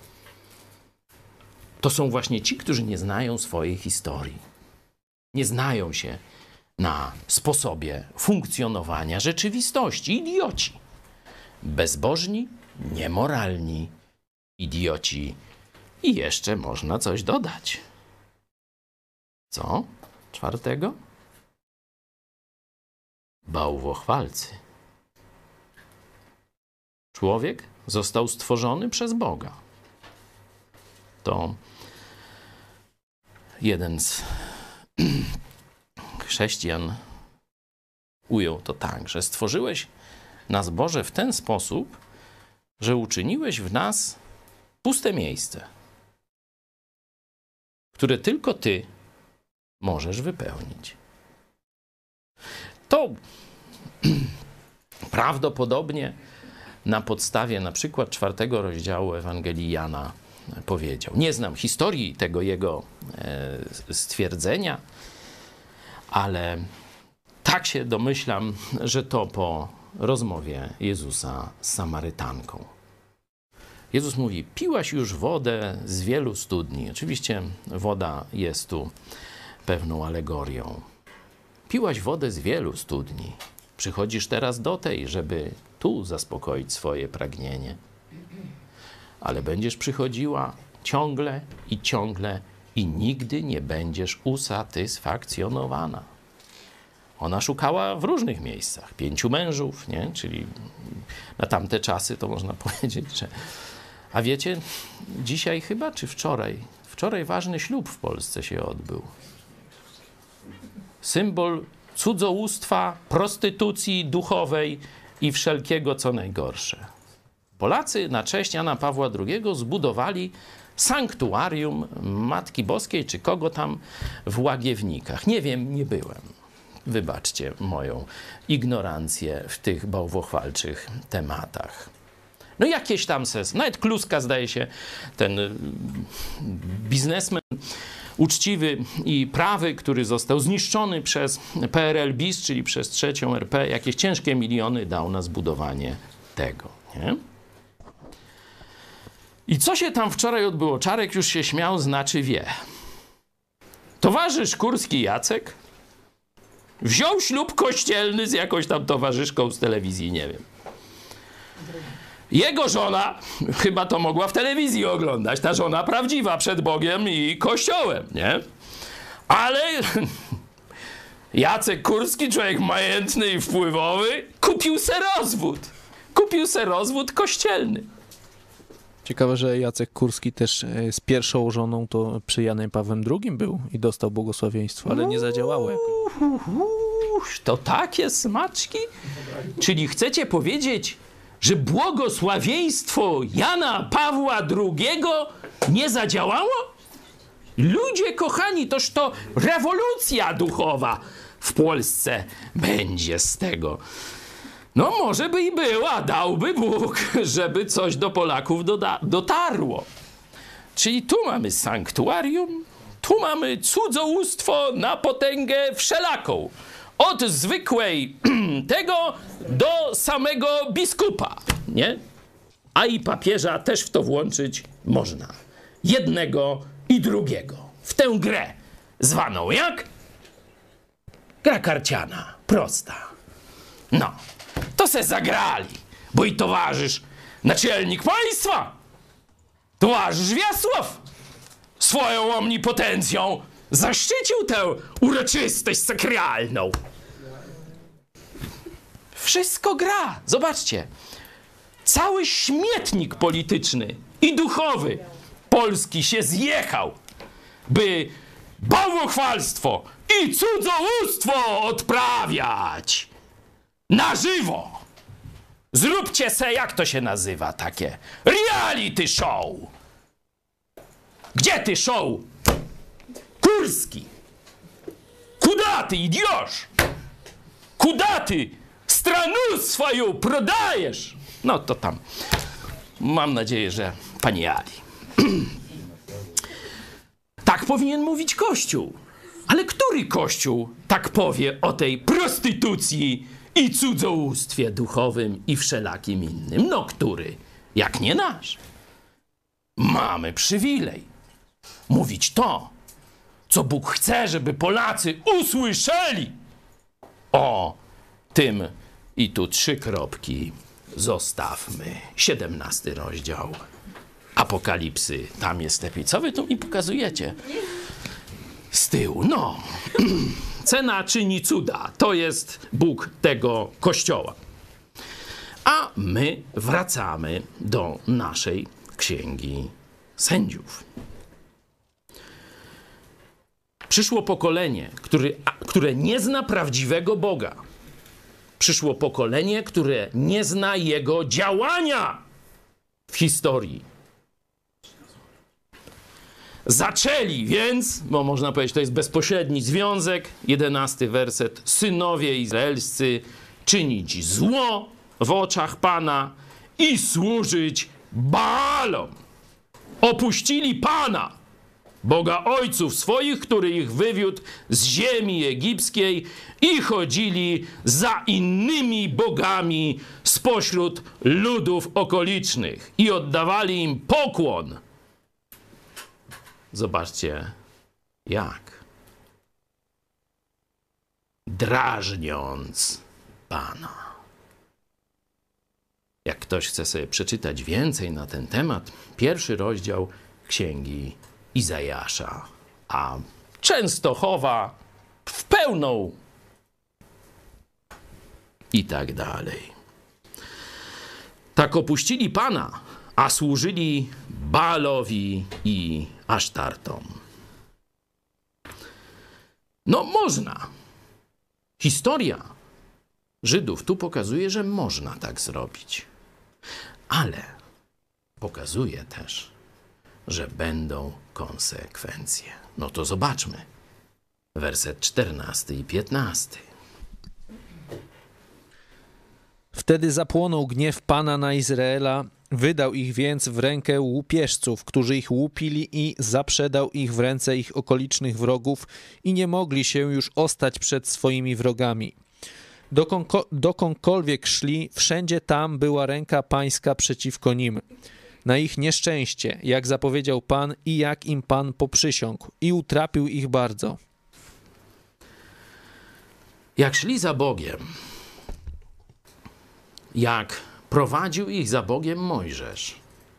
To są właśnie ci, którzy nie znają swojej historii. Nie znają się na sposobie funkcjonowania rzeczywistości. Idioci. Bezbożni, niemoralni, idioci. I jeszcze można coś dodać. Co? 4. Bałwochwalcy. Człowiek został stworzony przez Boga. To jeden z chrześcijan ujął to tak, że stworzyłeś nas, Boże, w ten sposób, że uczyniłeś w nas puste miejsce, które tylko Ty możesz wypełnić. To prawdopodobnie na podstawie na przykład 4 rozdziału Ewangelii Jana powiedział. Nie znam historii tego jego stwierdzenia, ale tak się domyślam, że to po rozmowie Jezusa z Samarytanką. Jezus mówi, piłaś już wodę z wielu studni. Oczywiście woda jest tu pewną alegorią. Piłaś wodę z wielu studni. Przychodzisz teraz do tej, żeby tu zaspokoić swoje pragnienie. Ale będziesz przychodziła ciągle i nigdy nie będziesz usatysfakcjonowana. Ona szukała w różnych miejscach. 5 mężów, nie? Czyli na tamte czasy to można powiedzieć, że... A wiecie, dzisiaj chyba, czy wczoraj? Wczoraj ważny ślub w Polsce się odbył. Symbol cudzołóstwa, prostytucji duchowej i wszelkiego, co najgorsze. Polacy na cześć Jana Pawła II zbudowali sanktuarium Matki Boskiej, czy kogo tam w Łagiewnikach. Nie wiem, nie byłem. Wybaczcie moją ignorancję w tych bałwochwalczych tematach. No jakieś tam nawet Kluska, zdaje się, ten biznesmen uczciwy i prawy, który został zniszczony przez PRL-BIS, czyli przez trzecią RP, jakieś ciężkie miliony dał na zbudowanie tego, nie? I co się tam wczoraj odbyło? Czarek już się śmiał, znaczy wie. Towarzysz Kurski Jacek wziął ślub kościelny z jakąś tam towarzyszką z telewizji, nie wiem. Jego żona, chyba to mogła w telewizji oglądać, ta żona prawdziwa przed Bogiem i Kościołem, nie? Ale Jacek Kurski, człowiek majętny i wpływowy, kupił se rozwód. Kupił se rozwód kościelny. Ciekawe, że Jacek Kurski też z pierwszą żoną to przy Janem Pawłem II był i dostał błogosławieństwo, ale nie zadziałało jakoś. To takie smaczki? Czyli chcecie powiedzieć, że błogosławieństwo Jana Pawła II nie zadziałało? Ludzie kochani, toż to rewolucja duchowa w Polsce będzie z tego. No może by i była, dałby Bóg, żeby coś do Polaków dotarło. Czyli tu mamy sanktuarium, tu mamy cudzołóstwo na potęgę wszelaką. Od zwykłej tego do samego biskupa, nie? A i papieża też w to włączyć można. Jednego i drugiego. W tę grę zwaną jak? Gra karciana. Prosta. No. To se zagrali, bo i towarzysz, naczelnik państwa to aż Zwiesław swoją omnipotencją zaszczycił tę uroczystość sakralną. Wszystko gra. Zobaczcie. Cały śmietnik polityczny i duchowy Polski się zjechał, by bałwochwalstwo i cudzołóstwo odprawiać na żywo. Zróbcie se, jak to się nazywa takie? Reality show. Gdzie ty show? Kurski. Kudaty, idiosz. Kudaty, stranu swoją prodajesz. No to tam. Mam nadzieję, że pani Ali. Tak powinien mówić Kościół. Ale który Kościół tak powie o tej prostytucji i cudzołóstwie duchowym i wszelakim innym? No który? Jak nie nasz. Mamy przywilej mówić to, co Bóg chce, żeby Polacy usłyszeli. O tym i tu 3 kropki zostawmy. 17 rozdział Apokalipsy. Tam jest lepiej. Co wy tu mi pokazujecie? Z tyłu. No. Cena czyni cuda. To jest Bóg tego Kościoła. A my wracamy do naszej Księgi Sędziów. Przyszło pokolenie, które nie zna prawdziwego Boga. Przyszło pokolenie, które nie zna Jego działania w historii. Zaczęli więc, bo można powiedzieć, to jest bezpośredni związek, 11 werset, synowie izraelscy czynić zło w oczach Pana i służyć Baalom. Opuścili Pana, Boga ojców swoich, który ich wywiódł z ziemi egipskiej i chodzili za innymi bogami spośród ludów okolicznych i oddawali im pokłon. Zobaczcie, jak. Drażniąc Pana. Jak ktoś chce sobie przeczytać więcej na ten temat, 1 rozdział Księgi Izajasza, a Częstochowa w pełną i tak dalej. Tak opuścili Pana, a służyli Baalowi i Asztartom. No można. Historia Żydów tu pokazuje, że można tak zrobić. Ale pokazuje też, że będą konsekwencje. No to zobaczmy. Werset 14 i 15. Wtedy zapłonął gniew Pana na Izraela, wydał ich więc w rękę łupieżców, którzy ich łupili i zaprzedał ich w ręce ich okolicznych wrogów i nie mogli się już ostać przed swoimi wrogami. Dokądkolwiek szli, wszędzie tam była ręka pańska przeciwko nim. Na ich nieszczęście, jak zapowiedział Pan i jak im Pan poprzysiągł i utrapił ich bardzo. Jak szli za Bogiem, jak prowadził ich za Bogiem Mojżesz,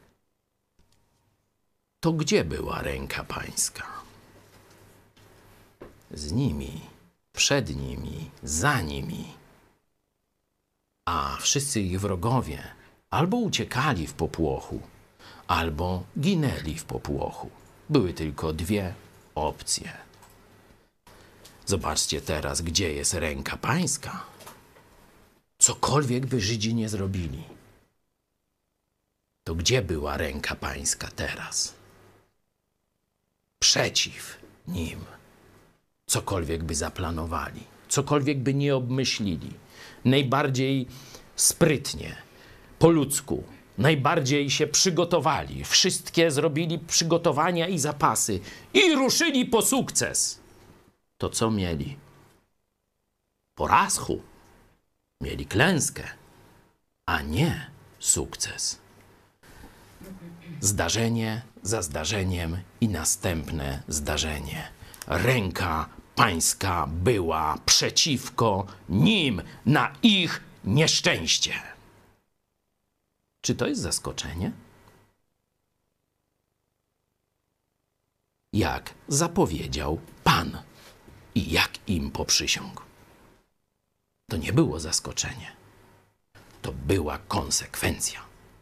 to gdzie była ręka pańska? Z nimi, przed nimi, za nimi. A wszyscy ich wrogowie albo uciekali w popłochu, albo ginęli w popłochu. Były tylko 2 opcje. Zobaczcie teraz, gdzie jest ręka pańska. Cokolwiek by Żydzi nie zrobili, to gdzie była ręka pańska teraz? Przeciw nim. Cokolwiek by zaplanowali, cokolwiek by nie obmyślili, najbardziej sprytnie, po ludzku, najbardziej się przygotowali, wszystkie zrobili przygotowania i zapasy i ruszyli po sukces. To co mieli? Porażkę. Mieli klęskę, a nie sukces. Zdarzenie za zdarzeniem i następne zdarzenie. Ręka pańska była przeciwko nim na ich nieszczęście. Czy to jest zaskoczenie? jak zapowiedział Pan i jak im poprzysiągł. To nie było zaskoczenie. To była konsekwencja.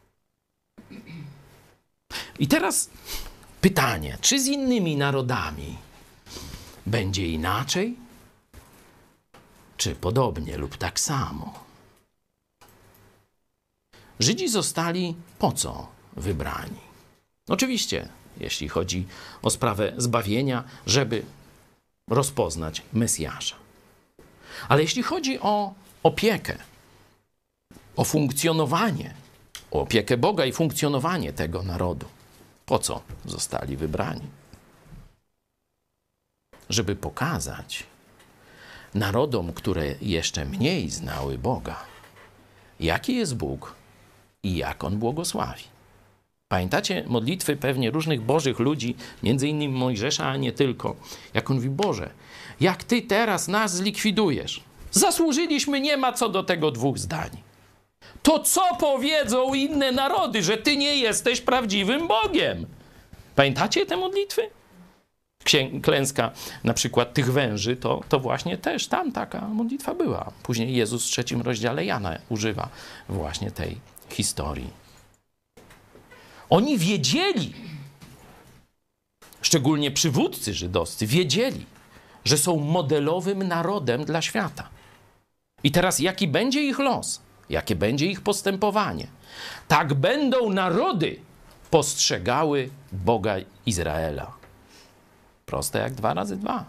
I teraz pytanie, czy z innymi narodami będzie inaczej? Czy podobnie lub tak samo? Żydzi zostali po co wybrani? Oczywiście, jeśli chodzi o sprawę zbawienia, żeby rozpoznać Mesjasza. Ale jeśli chodzi o opiekę, o funkcjonowanie, o opiekę Boga i funkcjonowanie tego narodu, po co zostali wybrani? Żeby pokazać narodom, które jeszcze mniej znały Boga, jaki jest Bóg i jak On błogosławi. Pamiętacie modlitwy pewnie różnych bożych ludzi, między innymi Mojżesza, a nie tylko. Jak on mówi, Boże, jak Ty teraz nas zlikwidujesz, zasłużyliśmy, nie ma co do tego dwóch zdań. To co powiedzą inne narody, że Ty nie jesteś prawdziwym Bogiem? Pamiętacie te modlitwy? Klęska na przykład tych węży, to właśnie też tam taka modlitwa była. Później Jezus w 3 rozdziale Jana używa właśnie tej historii. Oni wiedzieli, szczególnie przywódcy żydowscy, wiedzieli, że są modelowym narodem dla świata. I teraz jaki będzie ich los? Jakie będzie ich postępowanie? Tak będą narody postrzegały Boga Izraela. Proste jak 2 razy 2.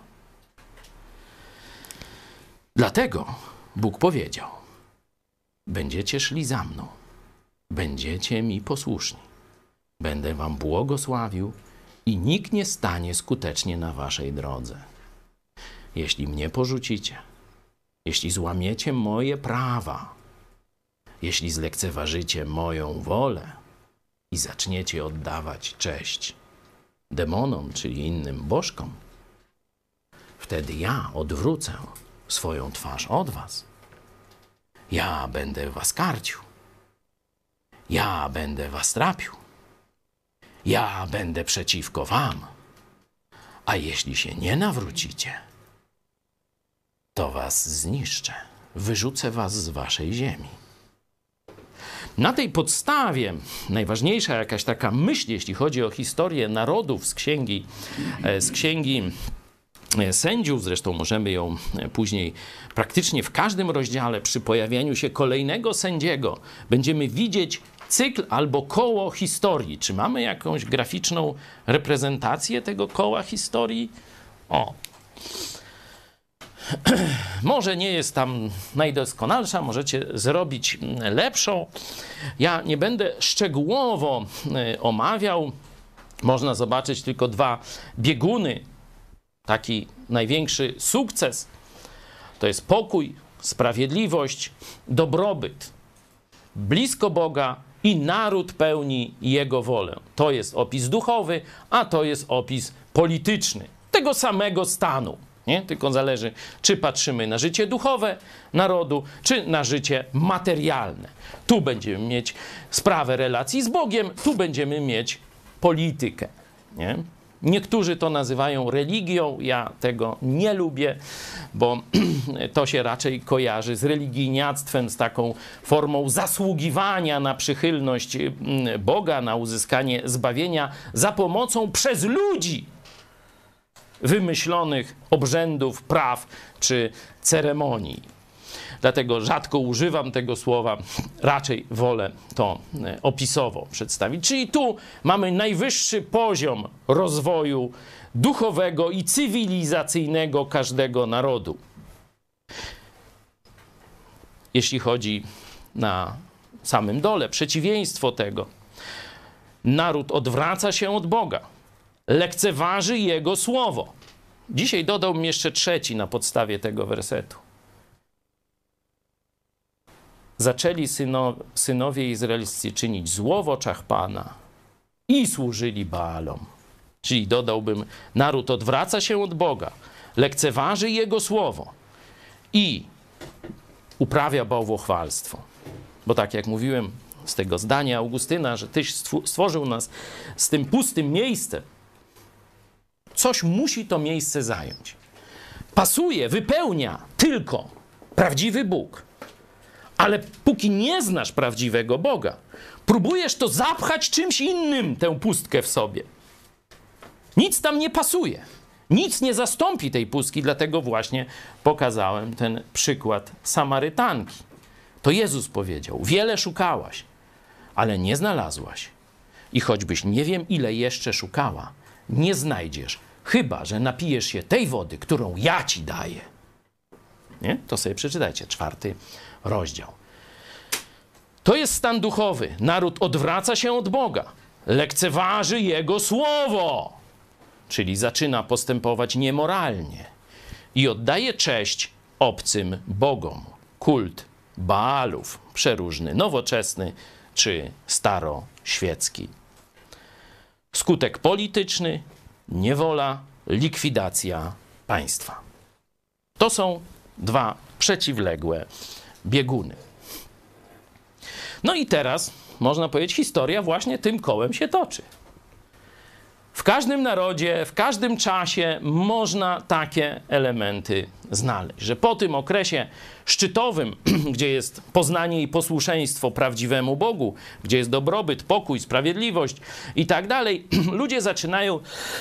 Dlatego Bóg powiedział, będziecie szli za mną, będziecie mi posłuszni, będę wam błogosławił i nikt nie stanie skutecznie na waszej drodze. Jeśli mnie porzucicie, jeśli złamiecie moje prawa, jeśli zlekceważycie moją wolę i zaczniecie oddawać cześć demonom, czyli innym bożkom, wtedy ja odwrócę swoją twarz od was. Ja będę was karcił. Ja będę was trapił. Ja będę przeciwko wam. A jeśli się nie nawrócicie, to was zniszczę. Wyrzucę was z waszej ziemi. Na tej podstawie najważniejsza jakaś taka myśl, jeśli chodzi o historię narodów z księgi Sędziów, zresztą możemy ją później praktycznie w każdym rozdziale przy pojawieniu się kolejnego sędziego będziemy widzieć cykl albo koło historii. Czy mamy jakąś graficzną reprezentację tego koła historii? O. Może nie jest tam najdoskonalsza, możecie zrobić lepszą. Ja nie będę szczegółowo omawiał. Można zobaczyć tylko 2 bieguny. Taki największy sukces to jest pokój, sprawiedliwość, dobrobyt. Blisko Boga i naród pełni Jego wolę. To jest opis duchowy, a to jest opis polityczny. Tego samego stanu. Nie? Tylko zależy, czy patrzymy na życie duchowe narodu, czy na życie materialne. Tu będziemy mieć sprawę relacji z Bogiem, tu będziemy mieć politykę. Nie? Niektórzy to nazywają religią, ja tego nie lubię, bo to się raczej kojarzy z religijniactwem, z taką formą zasługiwania na przychylność Boga, na uzyskanie zbawienia za pomocą przez ludzi wymyślonych obrzędów, praw czy ceremonii. Dlatego rzadko używam tego słowa, raczej wolę to opisowo przedstawić. Czyli tu mamy najwyższy poziom rozwoju duchowego i cywilizacyjnego każdego narodu. Jeśli chodzi na samym dole, przeciwieństwo tego, naród odwraca się od Boga, lekceważy Jego słowo. Dzisiaj dodałbym jeszcze 3 na podstawie tego wersetu. Zaczęli synowie izraelscy czynić zło w oczach Pana i służyli Baalom. Czyli dodałbym, naród odwraca się od Boga, lekceważy Jego słowo i uprawia bałwochwalstwo. Bo tak jak mówiłem z tego zdania Augustyna, że Tyś stworzył nas z tym pustym miejscem, Coś musi to miejsce zająć. Pasuje, wypełnia tylko prawdziwy Bóg. Ale póki nie znasz prawdziwego Boga, próbujesz to zapchać czymś innym, tę pustkę w sobie. Nic tam nie pasuje. Nic nie zastąpi tej pustki, dlatego właśnie pokazałem ten przykład Samarytanki. To Jezus powiedział, wiele szukałaś, ale nie znalazłaś. I choćbyś nie wiem ile jeszcze szukała, nie znajdziesz, chyba że napijesz się tej wody, którą ja ci daję. Nie? To sobie przeczytajcie, 4 rozdział. To jest stan duchowy. Naród odwraca się od Boga, lekceważy Jego słowo, czyli zaczyna postępować niemoralnie i oddaje cześć obcym bogom. Kult Baalów, przeróżny, nowoczesny czy staroświecki. Skutek polityczny, niewola, likwidacja państwa. To są dwa przeciwległe bieguny. No i teraz, można powiedzieć, historia właśnie tym kołem się toczy. W każdym narodzie, w każdym czasie można takie elementy znaleźć, że po tym okresie szczytowym, gdzie jest poznanie i posłuszeństwo prawdziwemu Bogu, gdzie jest dobrobyt, pokój, sprawiedliwość i tak dalej, ludzie zaczynają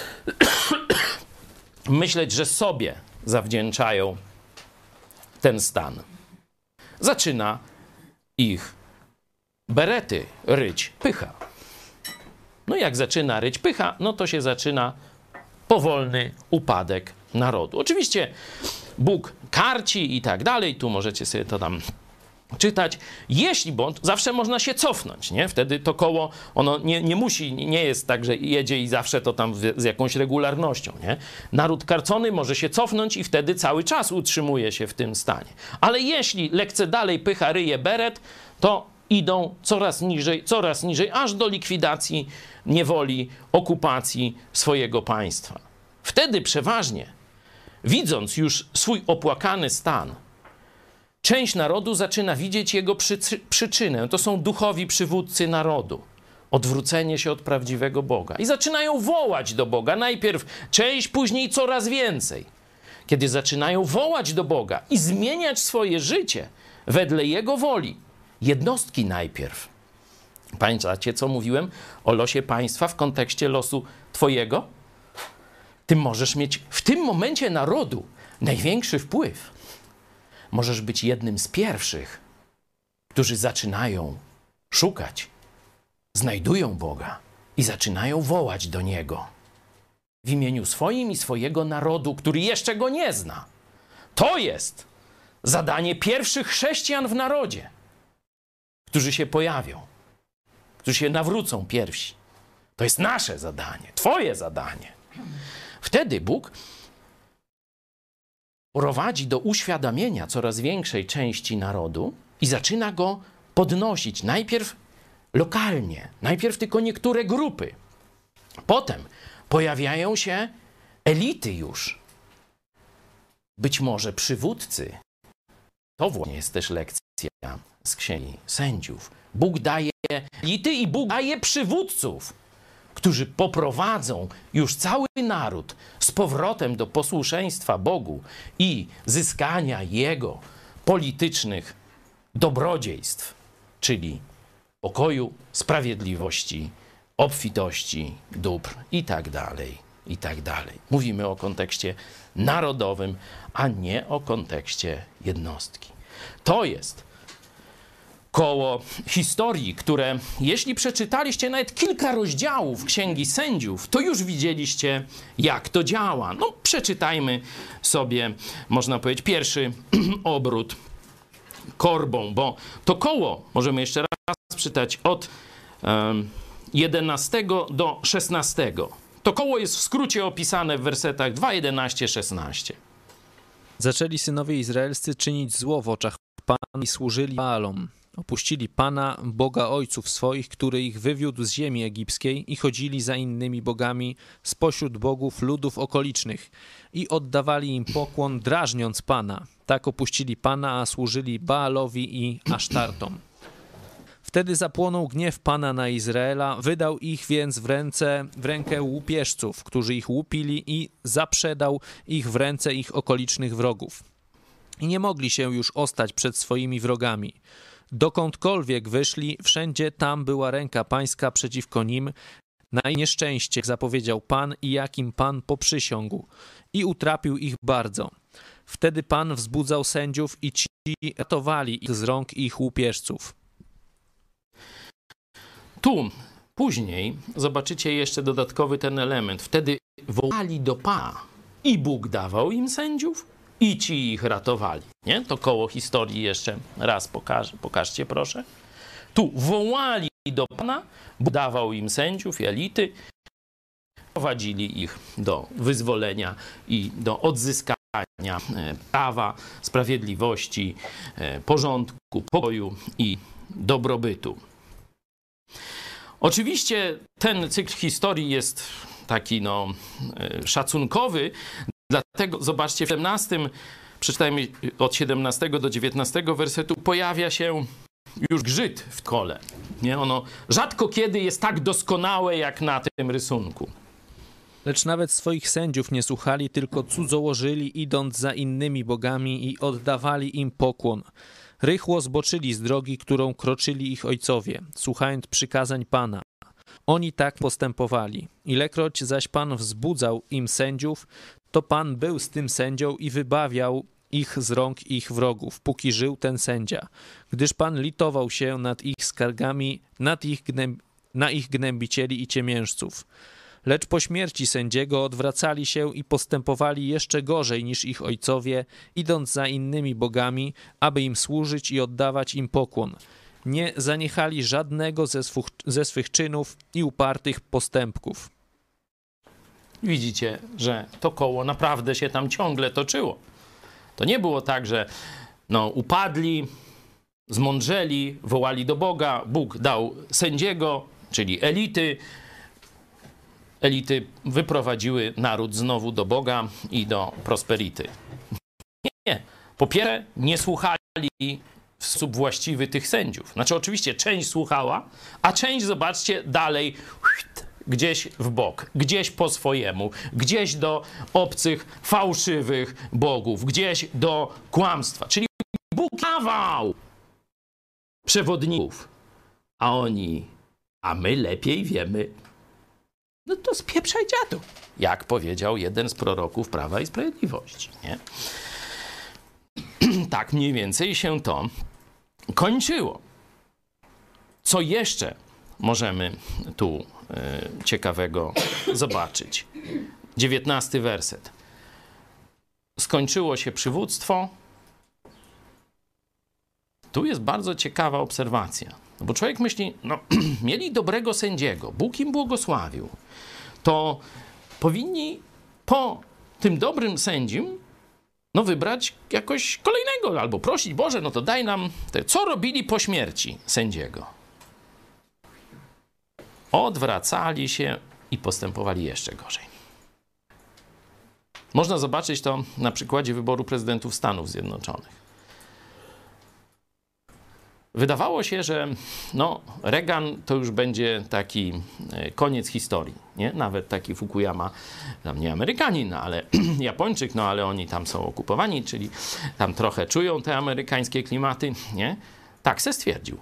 myśleć, że sobie zawdzięczają ten stan. Zaczyna ich berety ryć pycha. No jak zaczyna ryć pycha, no to się zaczyna powolny upadek narodu. Oczywiście Bóg karci i tak dalej, tu możecie sobie to tam czytać. Jeśli, bo zawsze można się cofnąć, nie? Wtedy to koło, ono nie musi, nie jest tak, że jedzie i zawsze to tam z jakąś regularnością, nie? Naród karcony może się cofnąć i wtedy cały czas utrzymuje się w tym stanie. Ale jeśli lekce dalej pycha ryje beret, to idą coraz niżej, aż do likwidacji, niewoli, okupacji swojego państwa. Wtedy przeważnie, widząc już swój opłakany stan, część narodu zaczyna widzieć jego przyczynę. To są duchowi przywódcy narodu. Odwrócenie się od prawdziwego Boga. I zaczynają wołać do Boga. Najpierw część, później coraz więcej. Kiedy zaczynają wołać do Boga i zmieniać swoje życie wedle Jego woli, jednostki najpierw. Pamiętacie, co mówiłem o losie państwa w kontekście losu twojego? Ty możesz mieć w tym momencie narodu największy wpływ. Możesz być jednym z pierwszych, którzy zaczynają szukać, znajdują Boga i zaczynają wołać do Niego w imieniu swoim i swojego narodu, który jeszcze Go nie zna. To jest zadanie pierwszych chrześcijan w narodzie, którzy się pojawią, którzy się nawrócą pierwsi. To jest nasze zadanie, twoje zadanie. Wtedy Bóg prowadzi do uświadamienia coraz większej części narodu i zaczyna go podnosić. Najpierw lokalnie, najpierw tylko niektóre grupy. Potem pojawiają się elity już. Być może przywódcy. To właśnie jest też lekcja z Księgi Sędziów. Bóg daje elity i Bóg daje przywódców, którzy poprowadzą już cały naród z powrotem do posłuszeństwa Bogu i zyskania Jego politycznych dobrodziejstw, czyli pokoju, sprawiedliwości, obfitości, dóbr i tak dalej, i tak dalej. Mówimy o kontekście narodowym, a nie o kontekście jednostki. To jest koło historii, które jeśli przeczytaliście nawet kilka rozdziałów Księgi Sędziów, to już widzieliście, jak to działa. No, przeczytajmy sobie, można powiedzieć, pierwszy obrót korbą, bo to koło, możemy jeszcze raz przeczytać, od 11 do 16. To koło jest w skrócie opisane w wersetach 2, 11, 16. Zaczęli synowie izraelscy czynić zło w oczach Pana i służyli Baalom. Opuścili Pana, Boga ojców swoich, który ich wywiódł z ziemi egipskiej i chodzili za innymi bogami spośród bogów ludów okolicznych i oddawali im pokłon, drażniąc Pana. Tak opuścili Pana, a służyli Baalowi i Asztartom. Wtedy zapłonął gniew Pana na Izraela, wydał ich więc w rękę łupieżców, którzy ich łupili, i zaprzedał ich w ręce ich okolicznych wrogów. I nie mogli się już ostać przed swoimi wrogami. Dokądkolwiek wyszli, wszędzie tam była ręka pańska przeciwko nim, na ich nieszczęście zapowiedział Pan i jakim Pan poprzysiągł, i utrapił ich bardzo. Wtedy Pan wzbudzał sędziów i ci ratowali ich z rąk ich łupieżców. Tu później zobaczycie jeszcze dodatkowy ten element. Wtedy wołali do Pana i Bóg dawał im sędziów i ci ich ratowali. Nie? To koło historii jeszcze raz pokażcie proszę. Tu wołali do Pana, Bóg dawał im sędziów i elity, prowadzili ich do wyzwolenia i do odzyskania prawa, sprawiedliwości, porządku, pokoju i dobrobytu. Oczywiście ten cykl historii jest taki szacunkowy, dlatego zobaczcie w 17, przeczytajmy od 17 do 19 wersetu, pojawia się już grzyt w kole. Nie? Ono rzadko kiedy jest tak doskonałe jak na tym rysunku. Lecz nawet swoich sędziów nie słuchali, tylko cudzołożyli, idąc za innymi bogami, i oddawali im pokłon. Rychło zboczyli z drogi, którą kroczyli ich ojcowie, słuchając przykazań Pana. Oni tak postępowali. Ilekroć zaś Pan wzbudzał im sędziów, to Pan był z tym sędzią i wybawiał ich z rąk ich wrogów, póki żył ten sędzia. Gdyż Pan litował się nad ich skargami, na ich gnębicieli i ciemiężców. Lecz po śmierci sędziego odwracali się i postępowali jeszcze gorzej niż ich ojcowie, idąc za innymi bogami, aby im służyć i oddawać im pokłon. Nie zaniechali żadnego ze swych czynów i upartych postępków. Widzicie, że to koło naprawdę się tam ciągle toczyło. To nie było tak, że upadli, zmądrzeli, wołali do Boga, Bóg dał sędziego, czyli elity. Elity wyprowadziły naród znowu do Boga i do prosperity. Nie. Po pierwsze, nie słuchali w sposób właściwy tych sędziów. Znaczy oczywiście część słuchała, a część, zobaczcie, dalej gdzieś w bok, gdzieś po swojemu, gdzieś do obcych, fałszywych bogów, gdzieś do kłamstwa. Czyli Bóg dawał przewodników, a my lepiej wiemy. No to spieprzaj dziadu, jak powiedział jeden z proroków Prawa i Sprawiedliwości. Nie? Tak mniej więcej się to kończyło. Co jeszcze możemy tu ciekawego zobaczyć? 19 werset. Skończyło się przywództwo. Tu jest bardzo ciekawa obserwacja. No bo człowiek myśli, mieli dobrego sędziego, Bóg im błogosławił, to powinni po tym dobrym sędzim wybrać jakoś kolejnego, albo prosić, Boże, to daj nam... Co robili po śmierci sędziego? Odwracali się i postępowali jeszcze gorzej. Można zobaczyć to na przykładzie wyboru prezydentów Stanów Zjednoczonych. Wydawało się, że Reagan to już będzie taki koniec historii, nie? Nawet taki Fukuyama, tam nie Amerykanin, ale Japończyk, ale oni tam są okupowani, czyli tam trochę czują te amerykańskie klimaty, nie? Tak se stwierdził.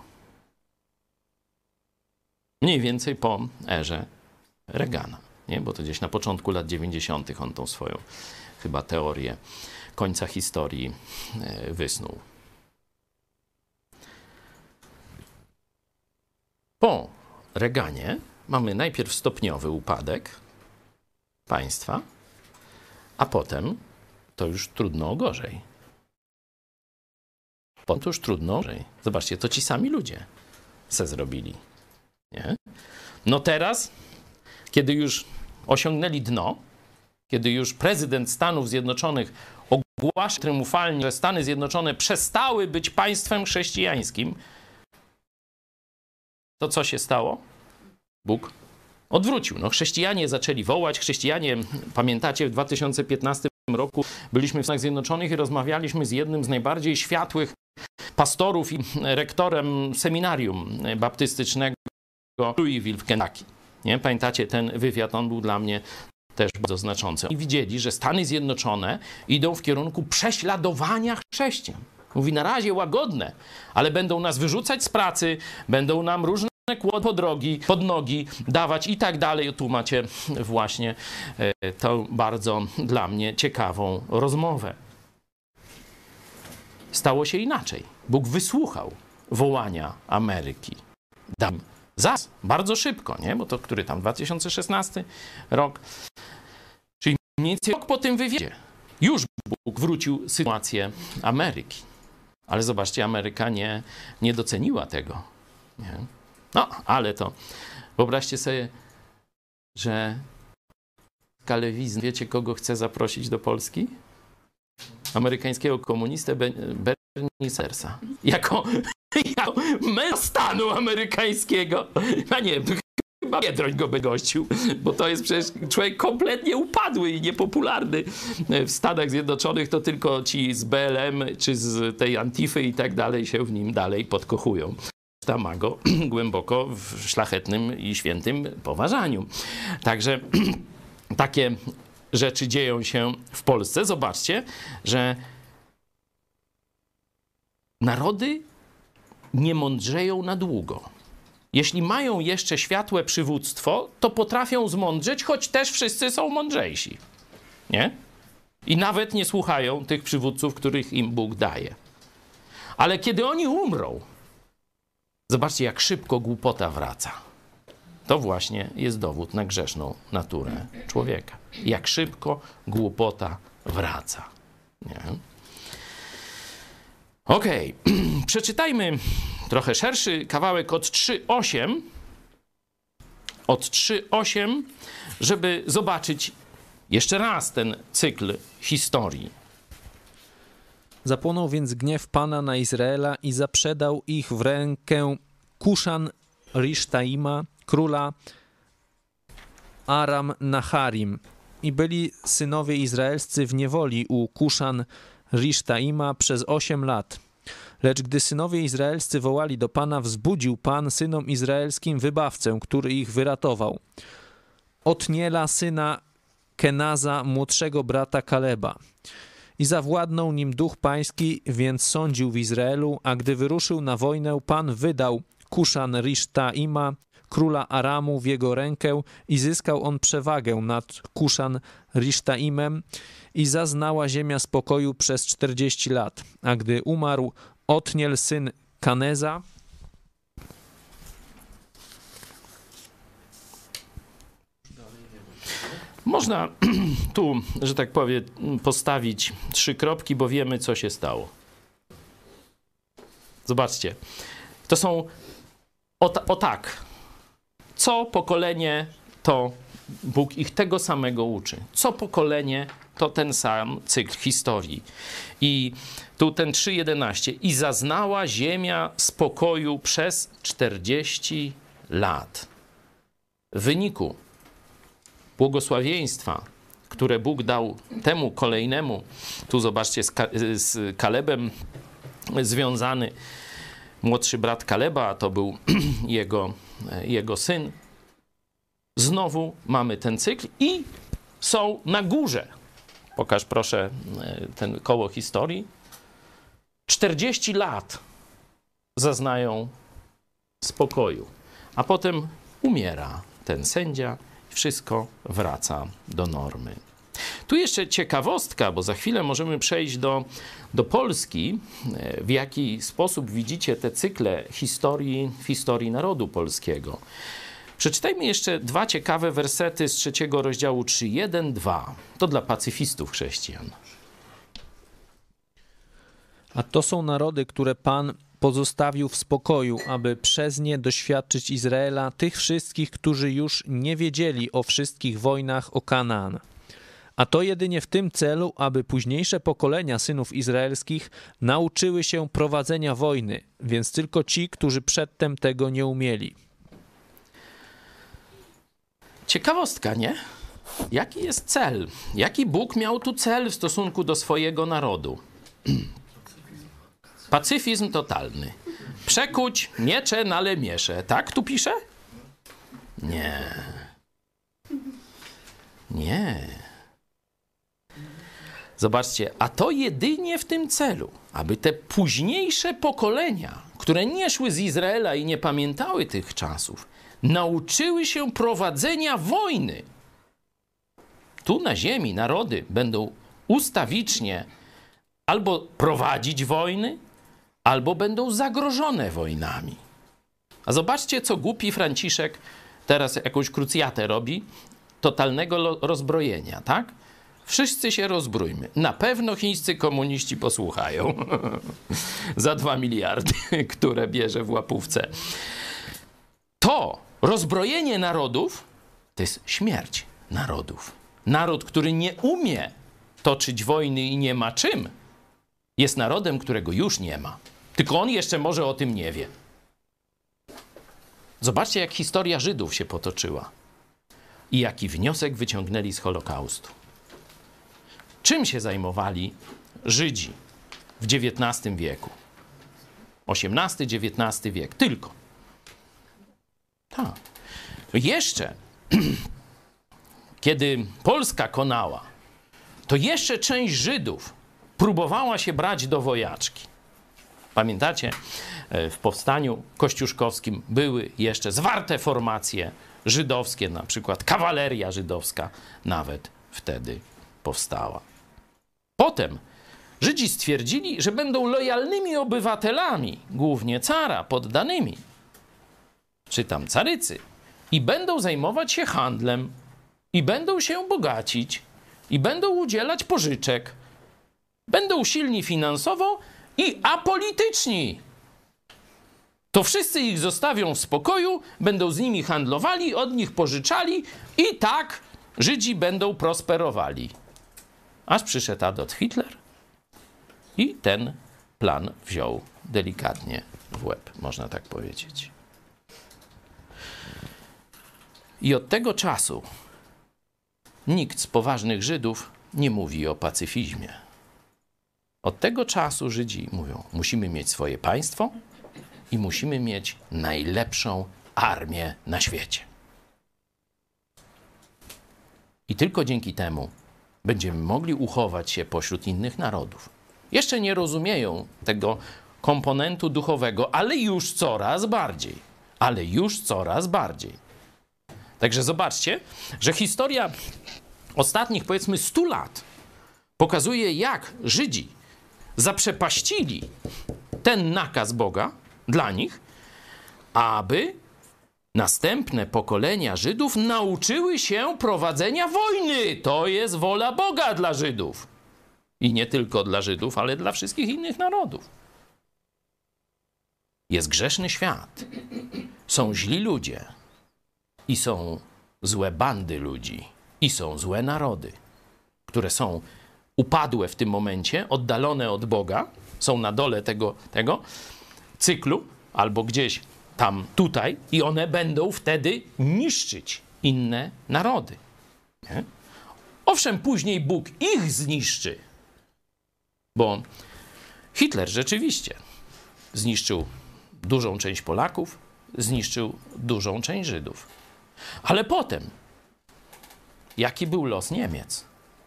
Mniej więcej po erze Reagana, nie? Bo to gdzieś na początku lat 90. on tą swoją chyba teorię końca historii wysnuł. Po Reaganie mamy najpierw stopniowy upadek państwa, a potem to już trudno gorzej. Potem to już trudno gorzej. Zobaczcie, to ci sami ludzie se zrobili. Nie? Teraz, kiedy już osiągnęli dno, kiedy już prezydent Stanów Zjednoczonych ogłasza triumfalnie, że Stany Zjednoczone przestały być państwem chrześcijańskim, to co się stało? Bóg odwrócił. Chrześcijanie zaczęli wołać. Chrześcijanie, pamiętacie, w 2015 roku byliśmy w Stanach Zjednoczonych i rozmawialiśmy z jednym z najbardziej światłych pastorów i rektorem seminarium baptystycznego w Louisville w Kentucky. Nie? Pamiętacie ten wywiad? On był dla mnie też bardzo znaczący. I widzieli, że Stany Zjednoczone idą w kierunku prześladowania chrześcijan. Mówi, na razie łagodne, ale będą nas wyrzucać z pracy, będą nam różne kłody pod nogi dawać i tak dalej. Tu macie właśnie tą bardzo dla mnie ciekawą rozmowę. Stało się inaczej. Bóg wysłuchał wołania Ameryki. Bardzo szybko, nie? Bo to który tam, 2016 rok. Czyli mniej więcej rok po tym wywiadzie już Bóg wrócił sytuację Ameryki. Ale zobaczcie, Ameryka nie doceniła tego. Nie? No, ale to wyobraźcie sobie, że Kalewizn, wiecie, kogo chce zaprosić do Polski? Amerykańskiego komunistę Bernie Sandersa. Jako męża stanu amerykańskiego. A nie, chyba Biedroń go by gościł, bo to jest przecież człowiek kompletnie upadły i niepopularny. W Stanach Zjednoczonych to tylko ci z BLM czy z tej Antify i tak dalej się w nim dalej podkochują. Tam ma go głęboko w szlachetnym i świętym poważaniu. Także takie rzeczy dzieją się w Polsce. Zobaczcie, że narody nie mądrzeją na długo. Jeśli mają jeszcze światłe przywództwo, to potrafią zmądrzeć, choć też wszyscy są mądrzejsi. Nie? I nawet nie słuchają tych przywódców, których im Bóg daje. Ale kiedy oni umrą, zobaczcie, jak szybko głupota wraca. To właśnie jest dowód na grzeszną naturę człowieka. Jak szybko głupota wraca. Nie? Okej, przeczytajmy trochę szerszy kawałek od 3:8. Od 3:8, żeby zobaczyć jeszcze raz ten cykl historii. Zapłonął więc gniew Pana na Izraela i zaprzedał ich w rękę Kuszan-Risztaima, króla Aram-Naharim. I byli synowie izraelscy w niewoli u Kuszan-Risztaima przez 8 lat. Lecz gdy synowie izraelscy wołali do Pana, wzbudził Pan synom izraelskim wybawcę, który ich wyratował. Otniela, syna Kenaza, młodszego brata Kaleba. I zawładnął nim duch pański, więc sądził w Izraelu, a gdy wyruszył na wojnę, Pan wydał Kuszan-Risztaima, króla Aramu, w jego rękę i zyskał on przewagę nad Kuszan-Risztaimem i zaznała ziemia spokoju przez 40 lat. A gdy umarł Otniel, syn Kaneza, Można tu, że tak powiem, postawić 3 kropki, bo wiemy, co się stało. Zobaczcie. To są tak. Co pokolenie, to Bóg ich tego samego uczy. Co pokolenie, to ten sam cykl historii. I tu ten 3:11. I zaznała ziemia spokoju przez 40 lat. W wyniku błogosławieństwa, które Bóg dał temu kolejnemu, tu zobaczcie, z Kalebem związany młodszy brat Kaleba, a to był jego syn. Znowu mamy ten cykl i są na górze. Pokaż proszę ten koło historii. 40 lat zaznają spokoju, a potem umiera ten sędzia i wszystko wraca do normy. Tu jeszcze ciekawostka, bo za chwilę możemy przejść do Polski. W jaki sposób widzicie te cykle w historii narodu polskiego. Przeczytajmy jeszcze 2 ciekawe wersety z 3 rozdziału 3:1-2. To dla pacyfistów chrześcijan. a to są narody, które Pan pozostawił w spokoju, aby przez nie doświadczyć Izraela, tych wszystkich, którzy już nie wiedzieli o wszystkich wojnach o Kanaan. A to jedynie w tym celu, aby późniejsze pokolenia synów izraelskich nauczyły się prowadzenia wojny, więc tylko ci, którzy przedtem tego nie umieli. Ciekawostka, nie? Jaki jest cel? Jaki Bóg miał tu cel w stosunku do swojego narodu? Pacyfizm totalny. Przekuć miecze na lemiesze. Tak tu pisze? Nie. Nie. Zobaczcie, a to jedynie w tym celu, aby te późniejsze pokolenia, które nie szły z Izraela i nie pamiętały tych czasów, nauczyły się prowadzenia wojny. Tu na ziemi narody będą ustawicznie albo prowadzić wojny, albo będą zagrożone wojnami. A zobaczcie, co głupi Franciszek teraz jakąś krucjatę robi, totalnego rozbrojenia, tak? Wszyscy się rozbrójmy. Na pewno chińscy komuniści posłuchają. Za 2 miliardy, które bierze w łapówce. To rozbrojenie narodów to jest śmierć narodów. Naród, który nie umie toczyć wojny i nie ma czym, jest narodem, którego już nie ma. Tylko on jeszcze może o tym nie wie. Zobaczcie, jak historia Żydów się potoczyła i jaki wniosek wyciągnęli z Holokaustu. Czym się zajmowali Żydzi w XIX wieku? XVIII-XIX wiek. Tylko. Tak. Jeszcze, kiedy Polska konała, to jeszcze część Żydów próbowała się brać do wojaczki. Pamiętacie? W powstaniu kościuszkowskim były jeszcze zwarte formacje żydowskie, na przykład kawaleria żydowska nawet wtedy powstała. Potem Żydzi stwierdzili, że będą lojalnymi obywatelami, głównie cara, poddanymi, czy tam carycy, i będą zajmować się handlem, i będą się bogacić, i będą udzielać pożyczek, będą silni finansowo i apolityczni. To wszyscy ich zostawią w spokoju, będą z nimi handlowali, od nich pożyczali i tak Żydzi będą prosperowali. Aż przyszedł Adolf Hitler i ten plan wziął delikatnie w łeb, można tak powiedzieć. I od tego czasu nikt z poważnych Żydów nie mówi o pacyfizmie. Od tego czasu Żydzi mówią, musimy mieć swoje państwo i musimy mieć najlepszą armię na świecie. I tylko dzięki temu będziemy mogli uchować się pośród innych narodów. Jeszcze nie rozumieją tego komponentu duchowego, ale już coraz bardziej. Ale już coraz bardziej. Także zobaczcie, że historia ostatnich, powiedzmy, 100 lat pokazuje, jak Żydzi zaprzepaścili ten nakaz Boga dla nich, aby następne pokolenia Żydów nauczyły się prowadzenia wojny. To jest wola Boga dla Żydów. I nie tylko dla Żydów, ale dla wszystkich innych narodów. Jest grzeszny świat. Są źli ludzie. I są złe bandy ludzi. I są złe narody, które są upadłe w tym momencie, oddalone od Boga, są na dole tego cyklu, albo gdzieś tam, tutaj, i one będą wtedy niszczyć inne narody. Nie? Owszem, później Bóg ich zniszczy, bo Hitler rzeczywiście zniszczył dużą część Polaków, zniszczył dużą część Żydów. Ale potem, jaki był los Niemiec?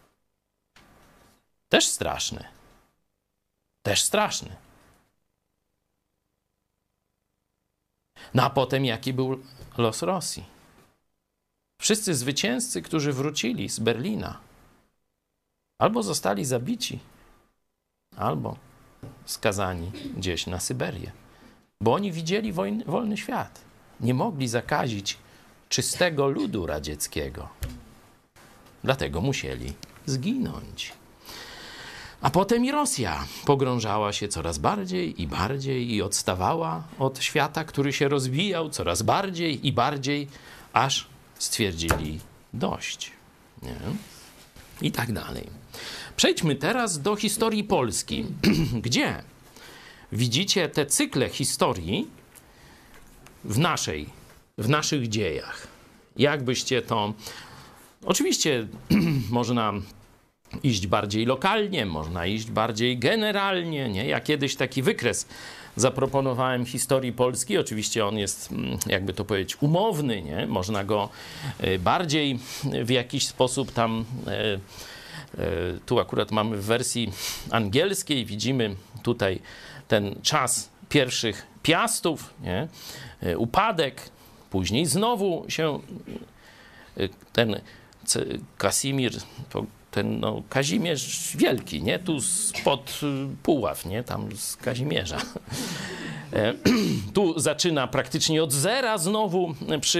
Też straszny. Też straszny. No a potem jaki był los Rosji? Wszyscy zwycięzcy, którzy wrócili z Berlina, albo zostali zabici, albo skazani gdzieś na Syberię. Bo oni widzieli wolny świat. Nie mogli zakazić czystego ludu radzieckiego. Dlatego musieli zginąć. A potem i Rosja pogrążała się coraz bardziej i odstawała od świata, który się rozwijał coraz bardziej i bardziej, aż stwierdzili dość. Nie? I tak dalej. Przejdźmy teraz do historii Polski, gdzie widzicie te cykle historii w naszych dziejach. Jakbyście to... Oczywiście można iść bardziej lokalnie, można iść bardziej generalnie, nie? Ja kiedyś taki wykres zaproponowałem historii Polski. Oczywiście on jest, jakby to powiedzieć, umowny, nie? Można go bardziej w jakiś sposób tam... Tu akurat mamy w wersji angielskiej, widzimy tutaj ten czas pierwszych Piastów, nie? Upadek, później znowu się ten Kasimir, ten no, Kazimierz Wielki, nie? Tu spod Puław, nie? Tam z Kazimierza. Tu zaczyna praktycznie od zera znowu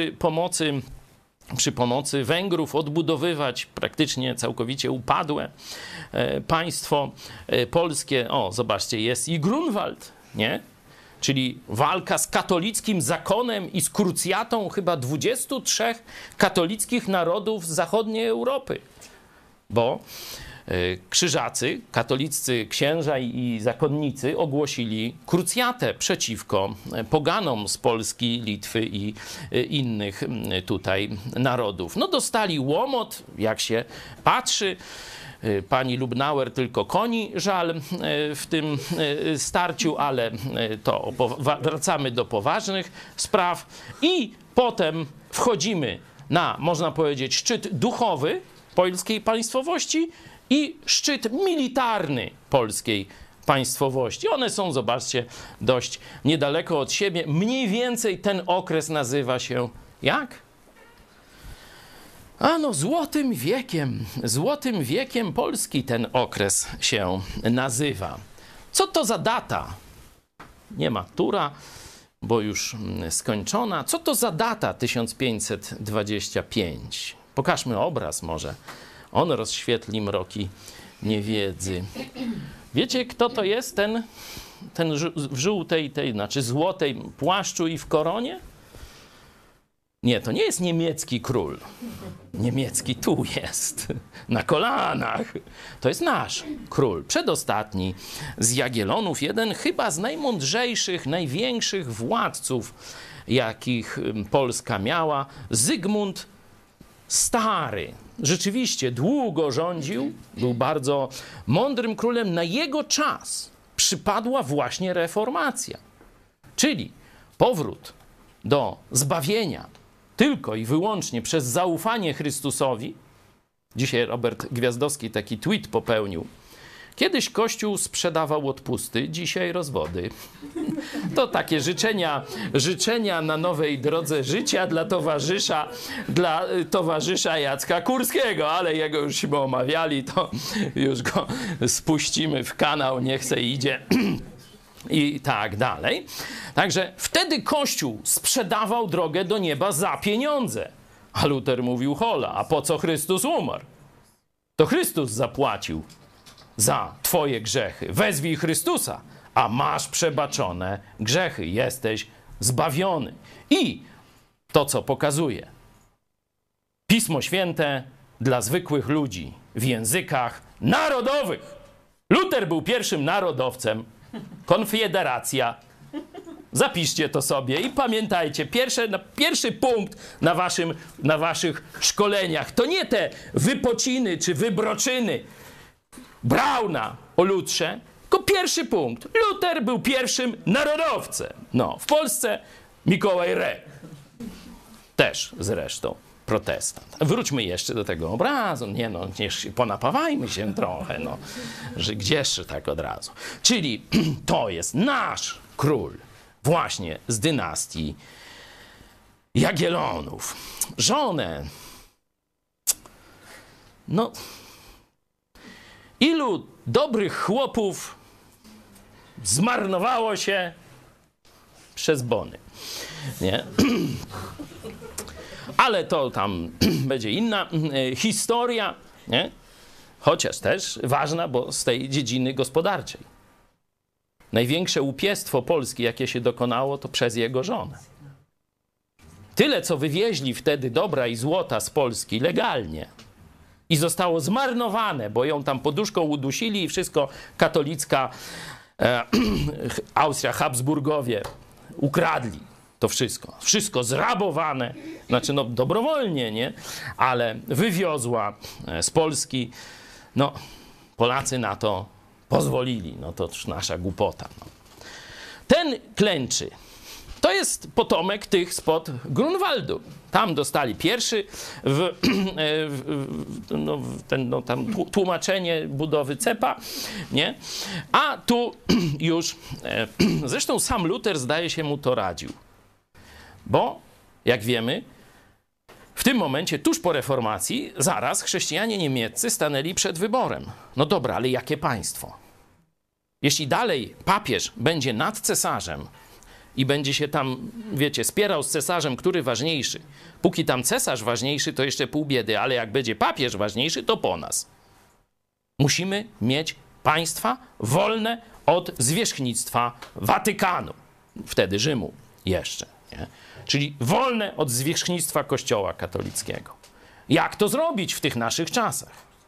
przy pomocy Węgrów odbudowywać praktycznie całkowicie upadłe państwo polskie. O, zobaczcie, jest i Grunwald, nie? Czyli walka z katolickim zakonem i z krucjatą chyba 23 katolickich narodów z zachodniej Europy. Bo krzyżacy, katoliccy księża i zakonnicy ogłosili krucjatę przeciwko poganom z Polski, Litwy i innych tutaj narodów. No dostali łomot, jak się patrzy. Pani Lubnauer tylko koni żal w tym starciu, ale to wracamy do poważnych spraw. I potem wchodzimy na, można powiedzieć, szczyt duchowy polskiej państwowości i szczyt militarny polskiej państwowości. One są, zobaczcie, dość niedaleko od siebie. Mniej więcej ten okres nazywa się jak? Ano, złotym wiekiem Polski ten okres się nazywa. Co to za data? Nie matura, bo już skończona. Co to za data 1525? Pokażmy obraz może. On rozświetli mroki niewiedzy. Wiecie, kto to jest ten w żółtej, znaczy złotej płaszczu i w koronie? Nie, to nie jest niemiecki król. Niemiecki tu jest, na kolanach. To jest nasz król, przedostatni z Jagiellonów, jeden chyba z najmądrzejszych, największych władców, jakich Polska miała, Zygmunt Stary. Rzeczywiście długo rządził, był bardzo mądrym królem. Na jego czas przypadła właśnie reformacja, czyli powrót do zbawienia tylko i wyłącznie przez zaufanie Chrystusowi. Dzisiaj Robert Gwiazdowski taki tweet popełnił. Kiedyś Kościół sprzedawał odpusty, dzisiaj rozwody. To takie życzenia na nowej drodze życia dla towarzysza Jacka Kurskiego, ale jego jużśmy omawiali, to już go spuścimy w kanał, niech se idzie i tak dalej. Także wtedy Kościół sprzedawał drogę do nieba za pieniądze. A Luter mówił hola, a po co Chrystus umarł? To Chrystus zapłacił za twoje grzechy. Wezwij Chrystusa, a masz przebaczone grzechy. Jesteś zbawiony. I to, co pokazuje Pismo Święte dla zwykłych ludzi w językach narodowych. Luter był pierwszym narodowcem. Konfederacja. Zapiszcie to sobie i pamiętajcie, pierwszy punkt na waszych szkoleniach to nie te wypociny czy wybroczyny Brauna o Lutrze, tylko pierwszy punkt. Luter był pierwszym narodowcem. No, w Polsce Mikołaj Re. Też zresztą protestant. Wróćmy jeszcze do tego obrazu. Nie no, ponapawajmy się trochę, no. Że gdzież tak od razu. Czyli to jest nasz król właśnie z dynastii Jagiellonów. Żonę. No, ilu dobrych chłopów zmarnowało się przez bony, nie? Ale to tam będzie inna historia, nie? Chociaż też ważna, bo z tej dziedziny gospodarczej. Największe łupiestwo Polski, jakie się dokonało, to przez jego żonę. Tyle, co wywieźli wtedy dobra i złota z Polski legalnie i zostało zmarnowane, bo ją tam poduszką udusili i wszystko katolicka Austria, Habsburgowie ukradli. To wszystko. Wszystko zrabowane, znaczy no dobrowolnie, nie? Ale wywiozła z Polski No, Polacy na to pozwolili, no to już nasza głupota. No. Ten klęczy to jest potomek tych spod Grunwaldu. Tam dostali pierwszy tłumaczenie budowy cepa, nie? A tu już, zresztą sam Luter zdaje się mu to radził. Bo, jak wiemy, w tym momencie, tuż po reformacji, zaraz chrześcijanie niemieccy stanęli przed wyborem. No dobra, ale jakie państwo? Jeśli dalej papież będzie nad cesarzem i będzie się tam, wiecie, spierał z cesarzem, który ważniejszy. Póki tam cesarz ważniejszy, to jeszcze pół biedy, ale jak będzie papież ważniejszy, to po nas. Musimy mieć państwa wolne od zwierzchnictwa Watykanu. Wtedy Rzymu jeszcze. Nie? Czyli wolne od zwierzchnictwa Kościoła katolickiego. Jak to zrobić w tych naszych czasach?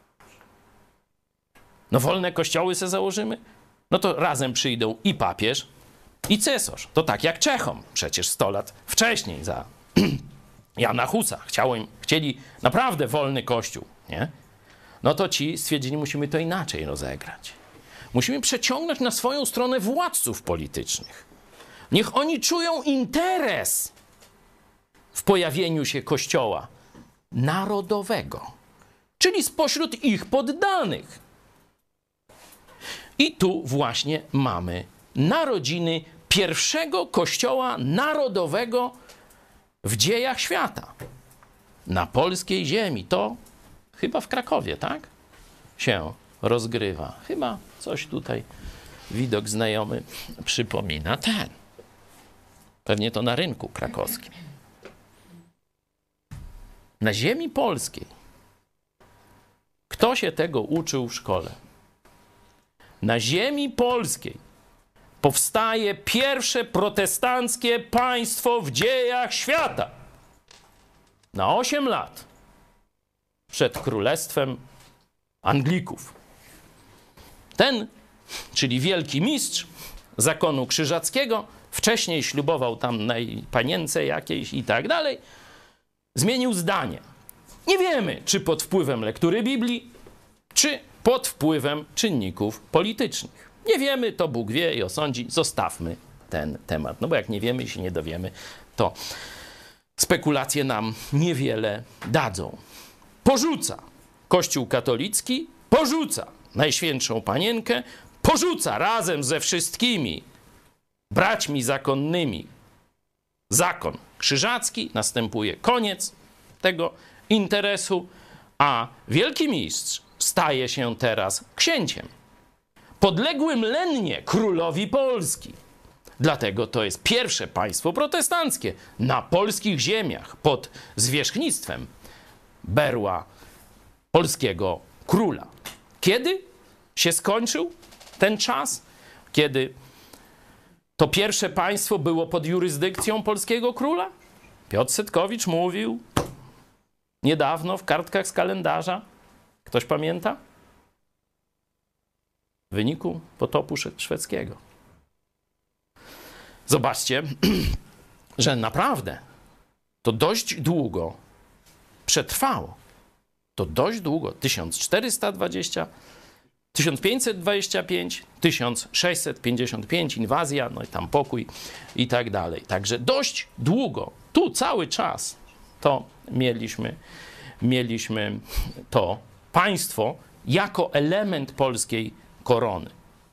No wolne kościoły se założymy? No to razem przyjdą i papież, i cesarz. To tak jak Czechom. Przecież 100 lat wcześniej za Jana Husa chcieli naprawdę wolny kościół, nie? No to ci stwierdzili, musimy to inaczej rozegrać. Musimy przeciągnąć na swoją stronę władców politycznych. Niech oni czują interes w pojawieniu się kościoła narodowego, czyli spośród ich poddanych. I tu właśnie mamy narodziny pierwszego kościoła narodowego w dziejach świata. Na polskiej ziemi. To chyba w Krakowie, tak? Się rozgrywa. Chyba coś tutaj widok znajomy przypomina ten. Pewnie to na rynku krakowskim. Na ziemi polskiej. Kto się tego uczył w szkole? Na ziemi polskiej powstaje pierwsze protestanckie państwo w dziejach świata. Na 8 lat przed królestwem Anglików. Ten, czyli wielki mistrz zakonu krzyżackiego, wcześniej ślubował tam panience jakiejś i tak dalej, zmienił zdanie. Nie wiemy, czy pod wpływem lektury Biblii, czy pod wpływem czynników politycznych. Nie wiemy, to Bóg wie i osądzi. Zostawmy ten temat. No bo jak nie wiemy i się nie dowiemy, to spekulacje nam niewiele dadzą. Porzuca Kościół katolicki, porzuca Najświętszą Panienkę, porzuca razem ze wszystkimi braćmi zakonnymi zakon krzyżacki, następuje koniec tego interesu, a wielki mistrz staje się teraz księciem, podległym lennie królowi Polski. Dlatego to jest pierwsze państwo protestanckie na polskich ziemiach pod zwierzchnictwem berła polskiego króla. Kiedy się skończył ten czas? Kiedy to pierwsze państwo było pod jurysdykcją polskiego króla? Piotr Setkowicz mówił niedawno w kartkach z kalendarza. Ktoś pamięta? W wyniku potopu szwedzkiego. Zobaczcie, że naprawdę to dość długo przetrwało. To dość długo. 1420, 1525, 1655 inwazja, no i tam pokój i tak dalej. Także dość długo. Tu cały czas to mieliśmy to państwo jako element polskiej korony.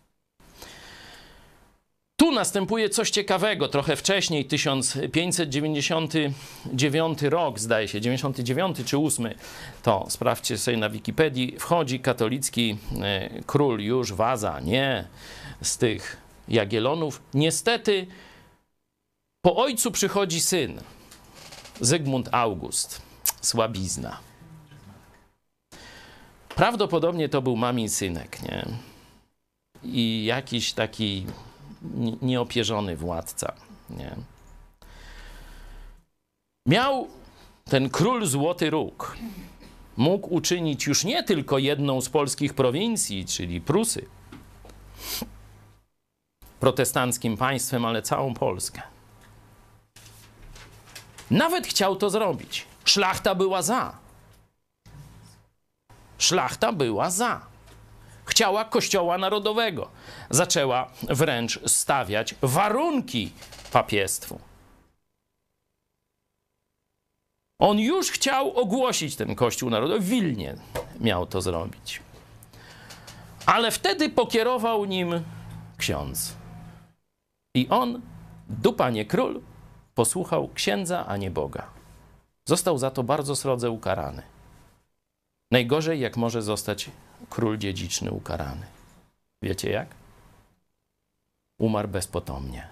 Tu następuje coś ciekawego, trochę wcześniej, 1599 rok, zdaje się, 99 czy 8, to sprawdźcie sobie na Wikipedii, wchodzi katolicki król już Waza, nie z tych Jagiellonów. Niestety po ojcu przychodzi syn, Zygmunt August, słabizna. Prawdopodobnie to był mamin synek, nie? I jakiś taki nieopierzony władca, nie? Miał ten król Złoty Róg. Mógł uczynić już nie tylko jedną z polskich prowincji, czyli Prusy, protestanckim państwem, ale całą Polskę. Nawet chciał to zrobić. Szlachta była za. szlachta była za. Chciała kościoła narodowego. Zaczęła wręcz stawiać warunki papiestwu. On już chciał ogłosić ten kościół narodowy. W Wilnie miał to zrobić. Ale wtedy pokierował nim ksiądz. I on, dupa nie król, posłuchał księdza, a nie Boga. Został za to bardzo srodze ukarany. Najgorzej, jak może zostać król dziedziczny ukarany. Wiecie jak? Umarł bezpotomnie.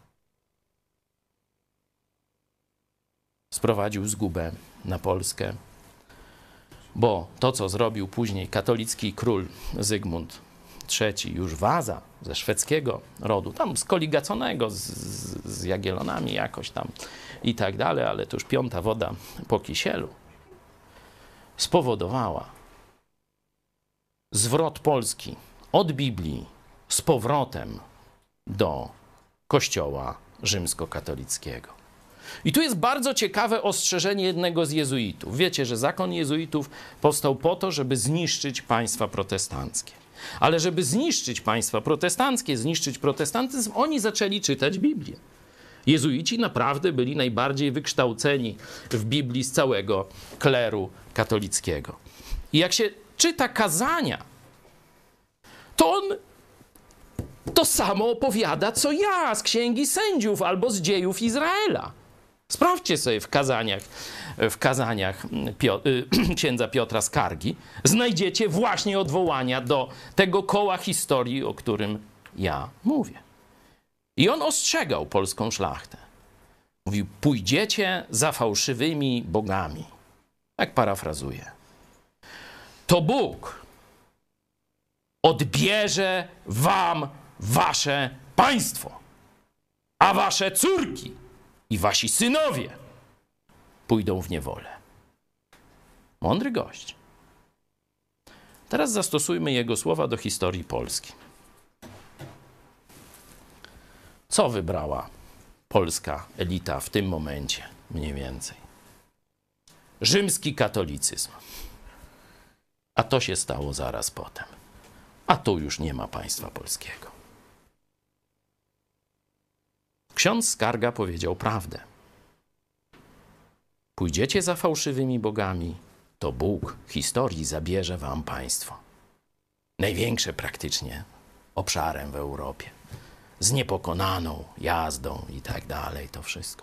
Sprowadził zgubę na Polskę, bo to, co zrobił później katolicki król Zygmunt III, już Waza, ze szwedzkiego rodu, tam skoligaconego z Jagiellonami jakoś tam i tak dalej, ale to już piąta woda po kisielu, spowodowała zwrot Polski od Biblii z powrotem do Kościoła rzymskokatolickiego. I tu jest bardzo ciekawe ostrzeżenie jednego z jezuitów. Wiecie, że zakon jezuitów powstał po to, żeby zniszczyć państwa protestanckie. Ale żeby zniszczyć państwa protestanckie, zniszczyć protestantyzm, oni zaczęli czytać Biblię. Jezuici naprawdę byli najbardziej wykształceni w Biblii z całego kleru katolickiego. I jak się czyta kazania, to on to samo opowiada, co ja z Księgi Sędziów albo z Dziejów Izraela. Sprawdźcie sobie w kazaniach księdza Piotra Skargi, znajdziecie właśnie odwołania do tego koła historii, o którym ja mówię. I on ostrzegał polską szlachtę. Mówił, pójdziecie za fałszywymi bogami. Tak parafrazuję. To Bóg odbierze wam wasze państwo, a wasze córki i wasi synowie pójdą w niewolę. Mądry gość. Teraz zastosujmy jego słowa do historii Polski. Co wybrała polska elita w tym momencie, mniej więcej? Rzymski katolicyzm. A to się stało zaraz potem. A tu już nie ma państwa polskiego. Ksiądz Skarga powiedział prawdę. Pójdziecie za fałszywymi bogami, to Bóg historii zabierze wam państwo. Największe praktycznie obszarem w Europie. Z niepokonaną jazdą i tak dalej, to wszystko.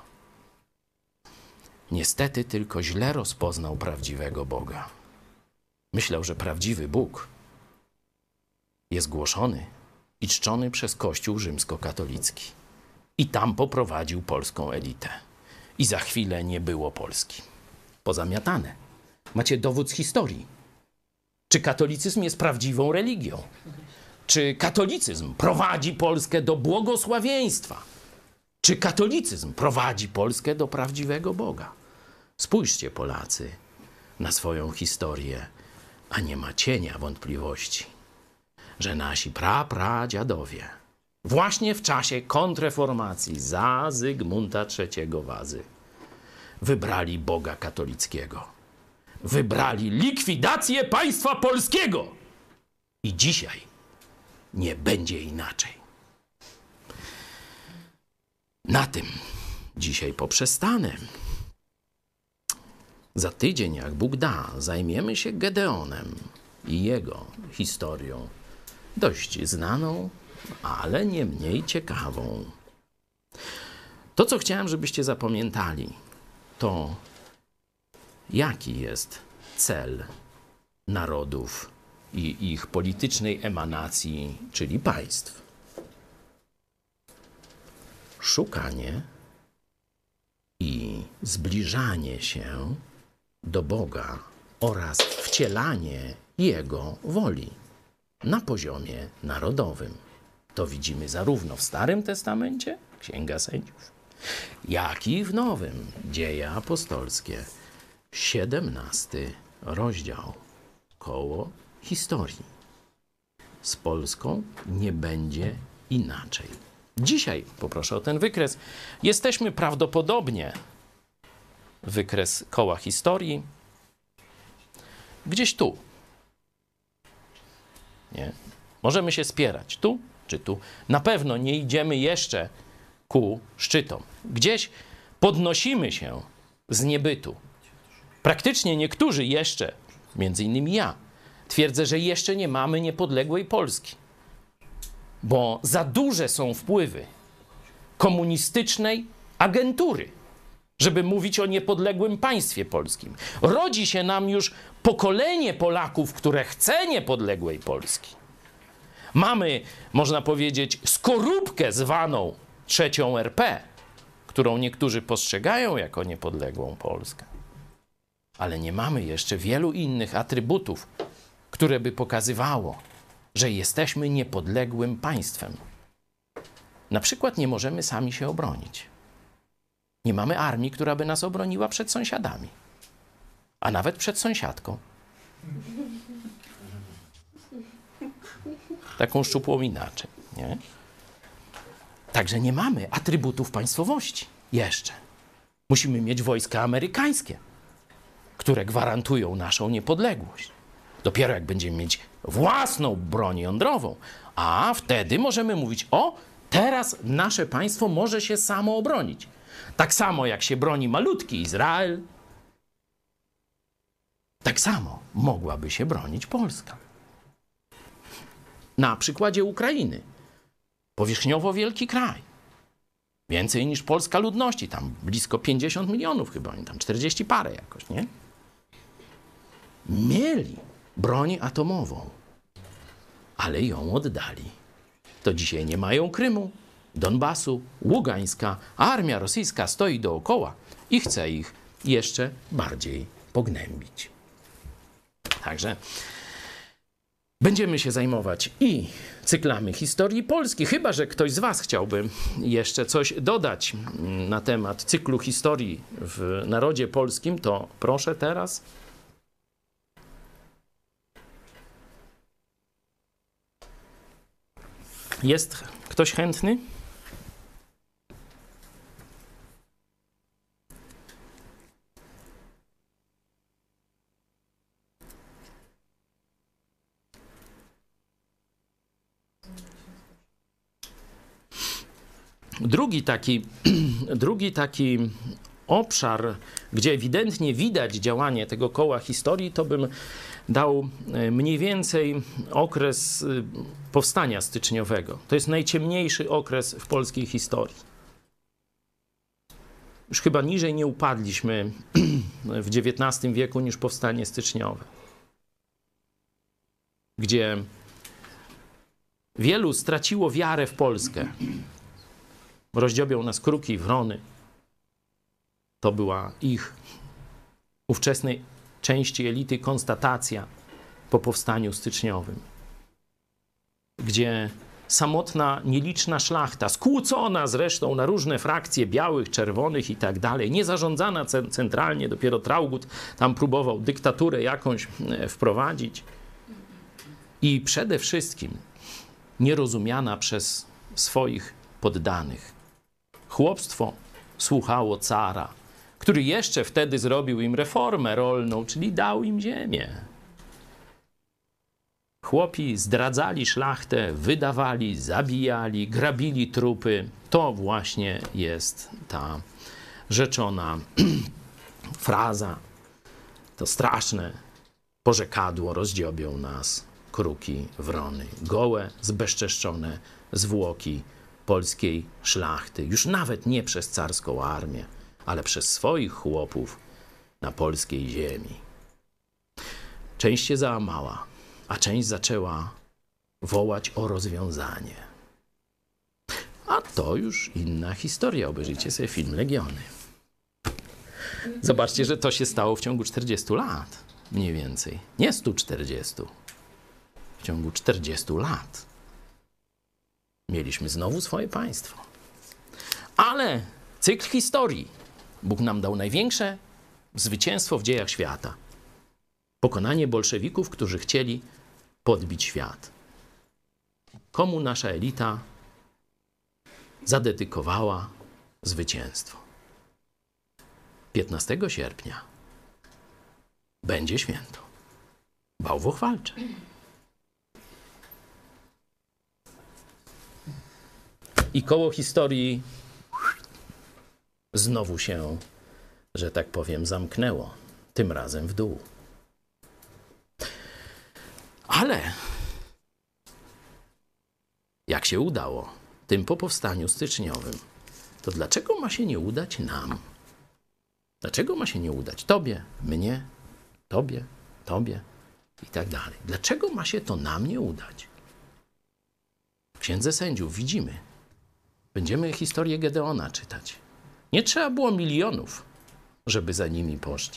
Niestety tylko źle rozpoznał prawdziwego Boga. Myślał, że prawdziwy Bóg jest głoszony i czczony przez Kościół rzymskokatolicki. I tam poprowadził polską elitę. I za chwilę nie było Polski. Pozamiatane. Macie dowód z historii. Czy katolicyzm jest prawdziwą religią? Czy katolicyzm prowadzi Polskę do błogosławieństwa? Czy katolicyzm prowadzi Polskę do prawdziwego Boga? Spójrzcie, Polacy, na swoją historię, a nie ma cienia wątpliwości, że nasi pradziadowie właśnie w czasie kontrreformacji za Zygmunta III Wazy wybrali Boga katolickiego. Wybrali likwidację państwa polskiego. I dzisiaj nie będzie inaczej. Na tym dzisiaj poprzestanę. Za tydzień, jak Bóg da, zajmiemy się Gedeonem i jego historią. Dość znaną, ale nie mniej ciekawą. To, co chciałem, żebyście zapamiętali, to jaki jest cel narodów i ich politycznej emanacji, czyli państw. Szukanie i zbliżanie się do Boga oraz wcielanie Jego woli na poziomie narodowym. To widzimy zarówno w Starym Testamencie, Księga Sędziów, jak i w Nowym, Dzieje Apostolskie, 17 rozdział, koło historii. Z Polską nie będzie inaczej. Dzisiaj, poproszę o ten wykres, jesteśmy prawdopodobnie, wykres koła historii, gdzieś tu, nie? Możemy się spierać tu czy tu. Na pewno nie idziemy jeszcze ku szczytom. Gdzieś podnosimy się z niebytu. Praktycznie niektórzy jeszcze, między innymi ja, twierdzę, że jeszcze nie mamy niepodległej Polski. Bo za duże są wpływy komunistycznej agentury, żeby mówić o niepodległym państwie polskim. Rodzi się nam już pokolenie Polaków, które chce niepodległej Polski. Mamy, można powiedzieć, skorupkę zwaną trzecią RP, którą niektórzy postrzegają jako niepodległą Polskę. Ale nie mamy jeszcze wielu innych atrybutów, które by pokazywało, że jesteśmy niepodległym państwem. Na przykład nie możemy sami się obronić. Nie mamy armii, która by nas obroniła przed sąsiadami, a nawet przed sąsiadką. Taką szczupłą inaczej, nie? Także nie mamy atrybutów państwowości jeszcze. Musimy mieć wojska amerykańskie, które gwarantują naszą niepodległość. Dopiero jak będziemy mieć własną broń jądrową, a wtedy możemy mówić, o, teraz nasze państwo może się samo obronić. Tak samo jak się broni malutki Izrael, tak samo mogłaby się bronić Polska. Na przykładzie Ukrainy. Powierzchniowo wielki kraj. Więcej niż Polska ludności. Tam blisko 50 milionów chyba. Tam 40 parę jakoś, nie? Mieli broń atomową, ale ją oddali. To dzisiaj nie mają Krymu, Donbasu, Ługańska, a armia rosyjska stoi dookoła i chce ich jeszcze bardziej pognębić. Także będziemy się zajmować i cyklami historii Polski, chyba że ktoś z was chciałby jeszcze coś dodać na temat cyklu historii w narodzie polskim, to proszę teraz. Jest ktoś chętny? Drugi taki obszar, gdzie ewidentnie widać działanie tego koła historii, to bym dał mniej więcej okres powstania styczniowego. To jest najciemniejszy okres w polskiej historii. Już chyba niżej nie upadliśmy w XIX wieku niż powstanie styczniowe, gdzie wielu straciło wiarę w Polskę. Rozdziobią nas kruki i wrony. To była ich ówczesnej części elity konstatacja po powstaniu styczniowym, gdzie samotna, nieliczna szlachta, skłócona zresztą na różne frakcje białych, czerwonych i tak dalej, niezarządzana centralnie, dopiero Traugott tam próbował dyktaturę jakąś wprowadzić i przede wszystkim nierozumiana przez swoich poddanych. Chłopstwo słuchało cara, który jeszcze wtedy zrobił im reformę rolną, czyli dał im ziemię. Chłopi zdradzali szlachtę, wydawali, zabijali, grabili trupy. To właśnie jest ta rzeczona fraza, to straszne porzekadło: rozdziobią nas kruki, wrony, gołe, zbezczeszczone zwłoki polskiej szlachty, już nawet nie przez carską armię, ale przez swoich chłopów na polskiej ziemi. Część się załamała, a część zaczęła wołać o rozwiązanie. A to już inna historia. Obejrzyjcie sobie film Legiony. Zobaczcie, że to się stało w ciągu 40 lat, mniej więcej. Nie 140. W ciągu 40 lat mieliśmy znowu swoje państwo. Ale cykl historii. Bóg nam dał największe zwycięstwo w dziejach świata. Pokonanie bolszewików, którzy chcieli podbić świat. Komu nasza elita zadedykowała zwycięstwo? 15 sierpnia będzie święto bałwochwalcze. I koło historii znowu się, że tak powiem, zamknęło. Tym razem w dół. Ale jak się udało tym po powstaniu styczniowym, to dlaczego ma się nie udać nam? Dlaczego ma się nie udać tobie, mnie, tobie i tak dalej? Dlaczego ma się to nam nie udać? W Księdze Sędziów widzimy. Będziemy historię Gedeona czytać. Nie trzeba było milionów, żeby za nimi poszli.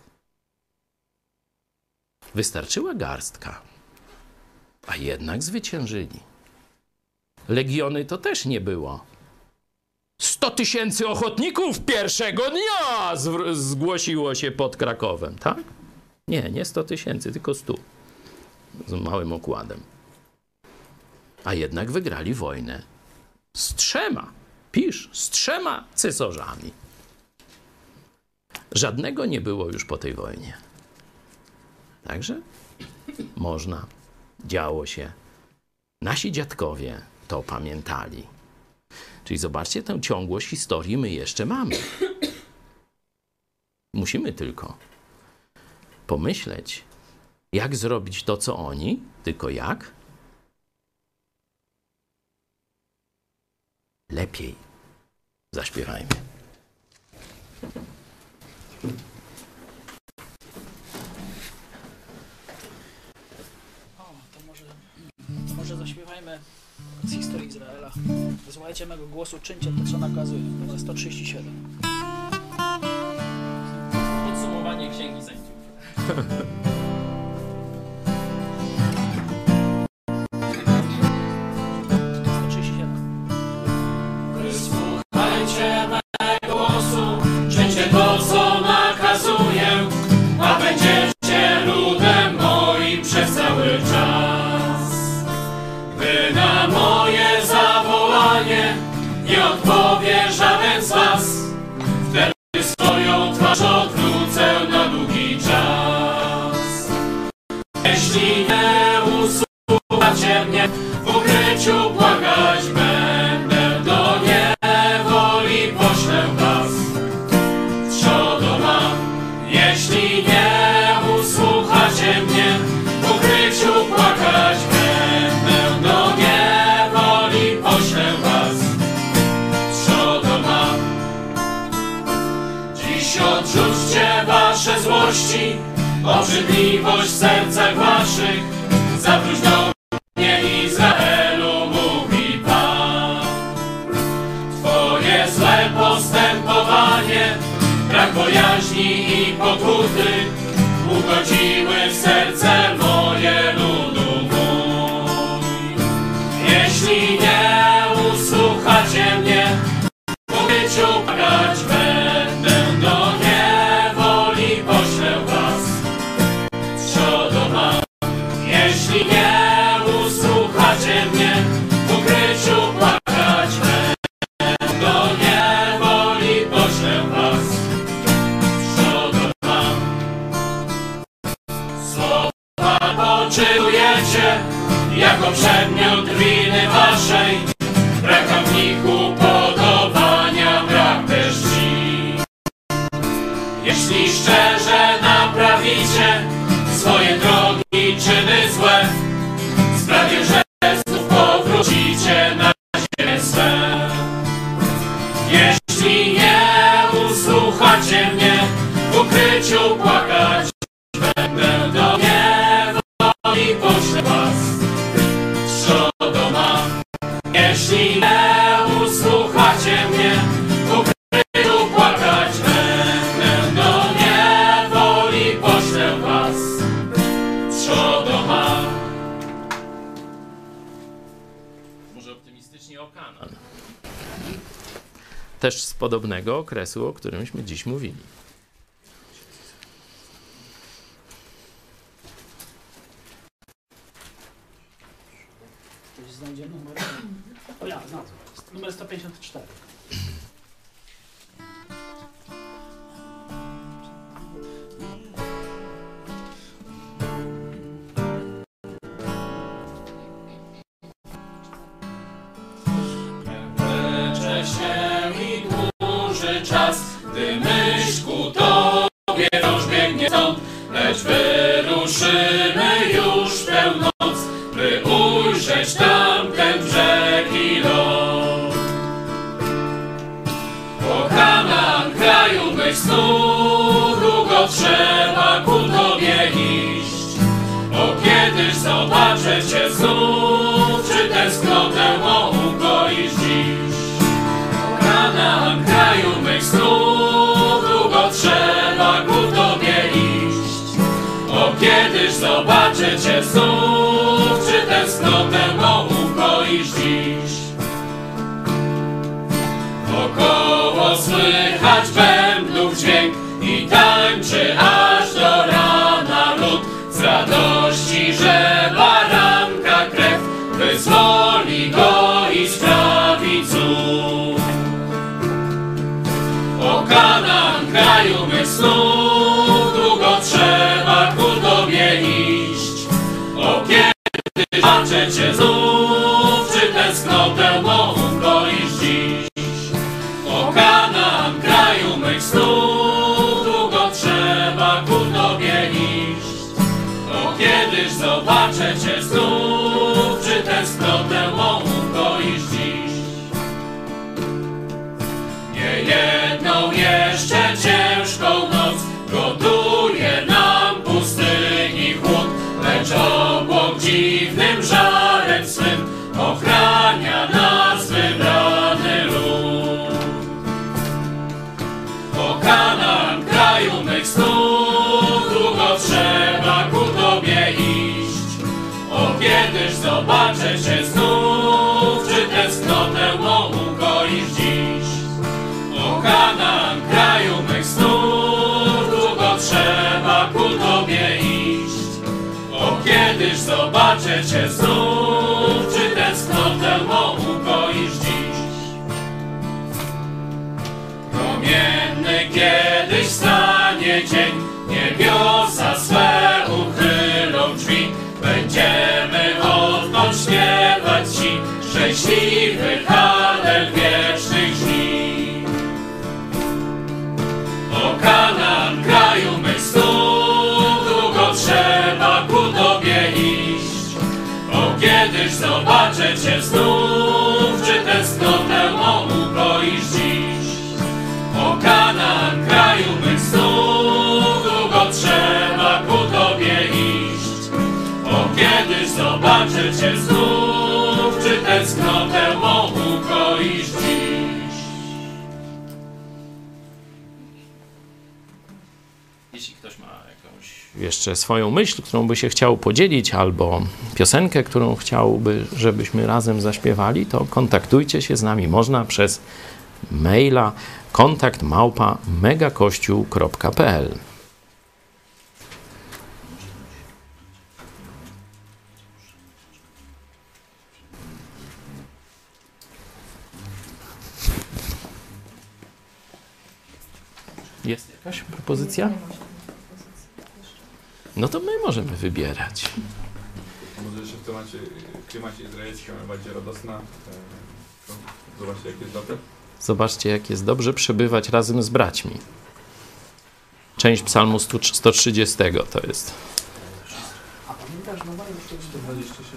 Wystarczyła garstka, a jednak zwyciężyli. Legiony to też nie było. 100 000 ochotników pierwszego dnia zgłosiło się pod Krakowem, tak? Nie 100 000, tylko 100. Z małym okładem. A jednak wygrali wojnę z 3. Z 3 cesarzami. Żadnego nie było już po tej wojnie. Także można, działo się. Nasi dziadkowie to pamiętali. Czyli zobaczcie, tę ciągłość historii my jeszcze mamy. Musimy tylko pomyśleć, jak zrobić to, co oni, tylko jak? Lepiej. Zaśpiewajmy. To może zaśpiewajmy z historii Izraela. Wysłuchajcie mego głosu, czyńcie to, co nakazuję. Numer 137. Podsumowanie Księgi Sędziów. Wysłuchajcie mego głosu, czyńcie to, co nakazuję, a będziecie ludem moim przez cały czas. Gdy na moje zawołanie nie odpowie żaden z was, wtedy swoją twarz odwrócę na długi czas. Jeśli nie usłuchacie mnie, w ukryciu błagać będę, do niewoli poślę was. Trzodo mam, jeśli nie usłuchacie mnie, w ukryciu płakać będę, do niewoli poślę was. Trzodo mam, dziś odrzućcie wasze złości, obrzydliwość w sercach waszych, zawróć do mnie, Izraelu, mówi Pan. Twoje złe postępowanie, brak bojaźni i pokuty ugodziły w serce moje, ludu mój. Jeśli nie usłuchacie mnie, w ukryciu płakać będę, do niewoli poślę was. Trzodo mam, jeśli nie usłuchacie mnie, w ukryciu płakać będę, do niewoli poślę was. Trzodo mam, słowa poczytujecie jako przedmiot winy waszej, brak wam w nich upodobania, brak też czci. Jeśli szczerze naprawicie swoje drogi, czyny złe, sprawię, że znów powrócicie na ziemię swe. Jeśli nie usłuchacie mnie, w ukryciu płakać będę, do niewoli poślę was. Trzodo mam, jeśli nie usłuchacie mnie, w ukryciu płakać będę, do niewoli poślę was. Trzodo mam. Może optymistycznie o Kanaan. Też z podobnego okresu, o którymśmy dziś mówili. Ktoś znajdzie numer. O ja, znalazłem. Numer 154. się i dłuży czas, gdy myśl ku Tobie rozbiegnie stąd, lecz wyruszymy już w tę noc, by ujrzeć tamten brzeg i ląd. O Kanaan, kraju mych snów, długo trzeba ku Tobie iść. O kiedyż zobaczę Cię znów, czy tęsknotę mą ukoisz dziś. O Kanaan, kraju mych snów, długo trzeba ku Tobie iść. O kiedyż zobaczę Cię znów, czy tęsknotę mą ukoisz dziś. Wokoło słychać bębnów dźwięk i tańczy aż do rana lud, z radości, że baranka krew wyzwoli go i sprawi cud. O Kanaan, kraju mych snów, długo trzeba ku Tobie iść. O kiedy zobaczę Cię znów, czy tęsknotę mą ukoisz dziś. O Kanaan, kraju mych snów, długo trzeba ku Tobie iść. O kiedyż zobaczę Cię znów, czy tęsknotę mą ukoisz dziś. Niejedną jeszcze ciężką noc gotuje nam pustyni chłód, lecz obłok dziwnym żarem swym ochrania nas wybrany lud. O Kanaan, kraju mych snów, długo trzeba ku Tobie iść. O kiedyż zobaczę Cię znów, czy tęsknotę mą ukoisz dziś. O Kanaan, kraju mych snów, długo trzeba ku Tobie iść. O kiedyż zobaczę Cię znów, czy tęsknotę mą ukoisz dziś. Promienny kiedyś stanie dzień, niebiosa swe uchylą drzwi, będziemy odtąd śpiewać Ci szczęśliwych Hallel wiecznych żni. O Kanaan, kraju mych snów, długo trzeba ku Tobie iść. O kiedyż zobaczę Cię znów, czy tęsknotę mą ukoisz dziś. O Kanaan, kraju mych snów, długo trzeba ku Tobie iść. O kiedyż zobaczę Cię znów, czy tęsknotę mą ukoisz dziś. Jeśli ktoś ma jakąś jeszcze swoją myśl, którą by się chciał podzielić, albo piosenkę, którą chciałby, żebyśmy razem zaśpiewali, to kontaktujcie się z nami. Można przez maila kontakt@megakościół.pl. Jest jakaś propozycja? No to my możemy wybierać. Może jeszcze w klimacie izraelskim, ale bardziej radosna. Zobaczcie, jak jest dobre. Zobaczcie, jak jest dobrze przebywać razem z braćmi. Część psalmu 130 to jest. A pamiętasz, no mają 127.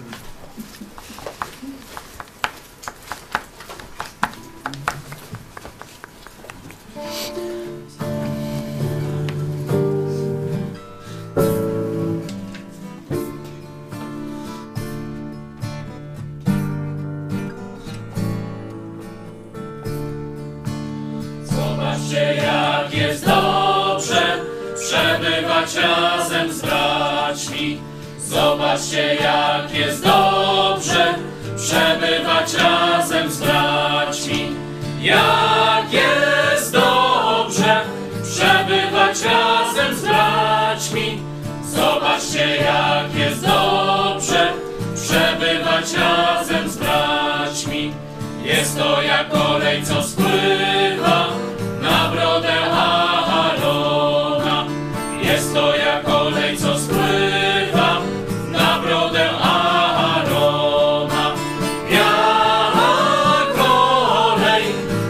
Zobaczcie, jak jest dobrze przebywać razem z braćmi. Zobaczcie, jak jest dobrze przebywać razem z braćmi. Jak jest dobrze przebywać razem z braćmi. Zobaczcie, jak jest dobrze przebywać razem z braćmi. Jest to jak olej, co spływa na brodę Aarona. Jest to jak olej, co spływa na brodę Aarona. Jak olej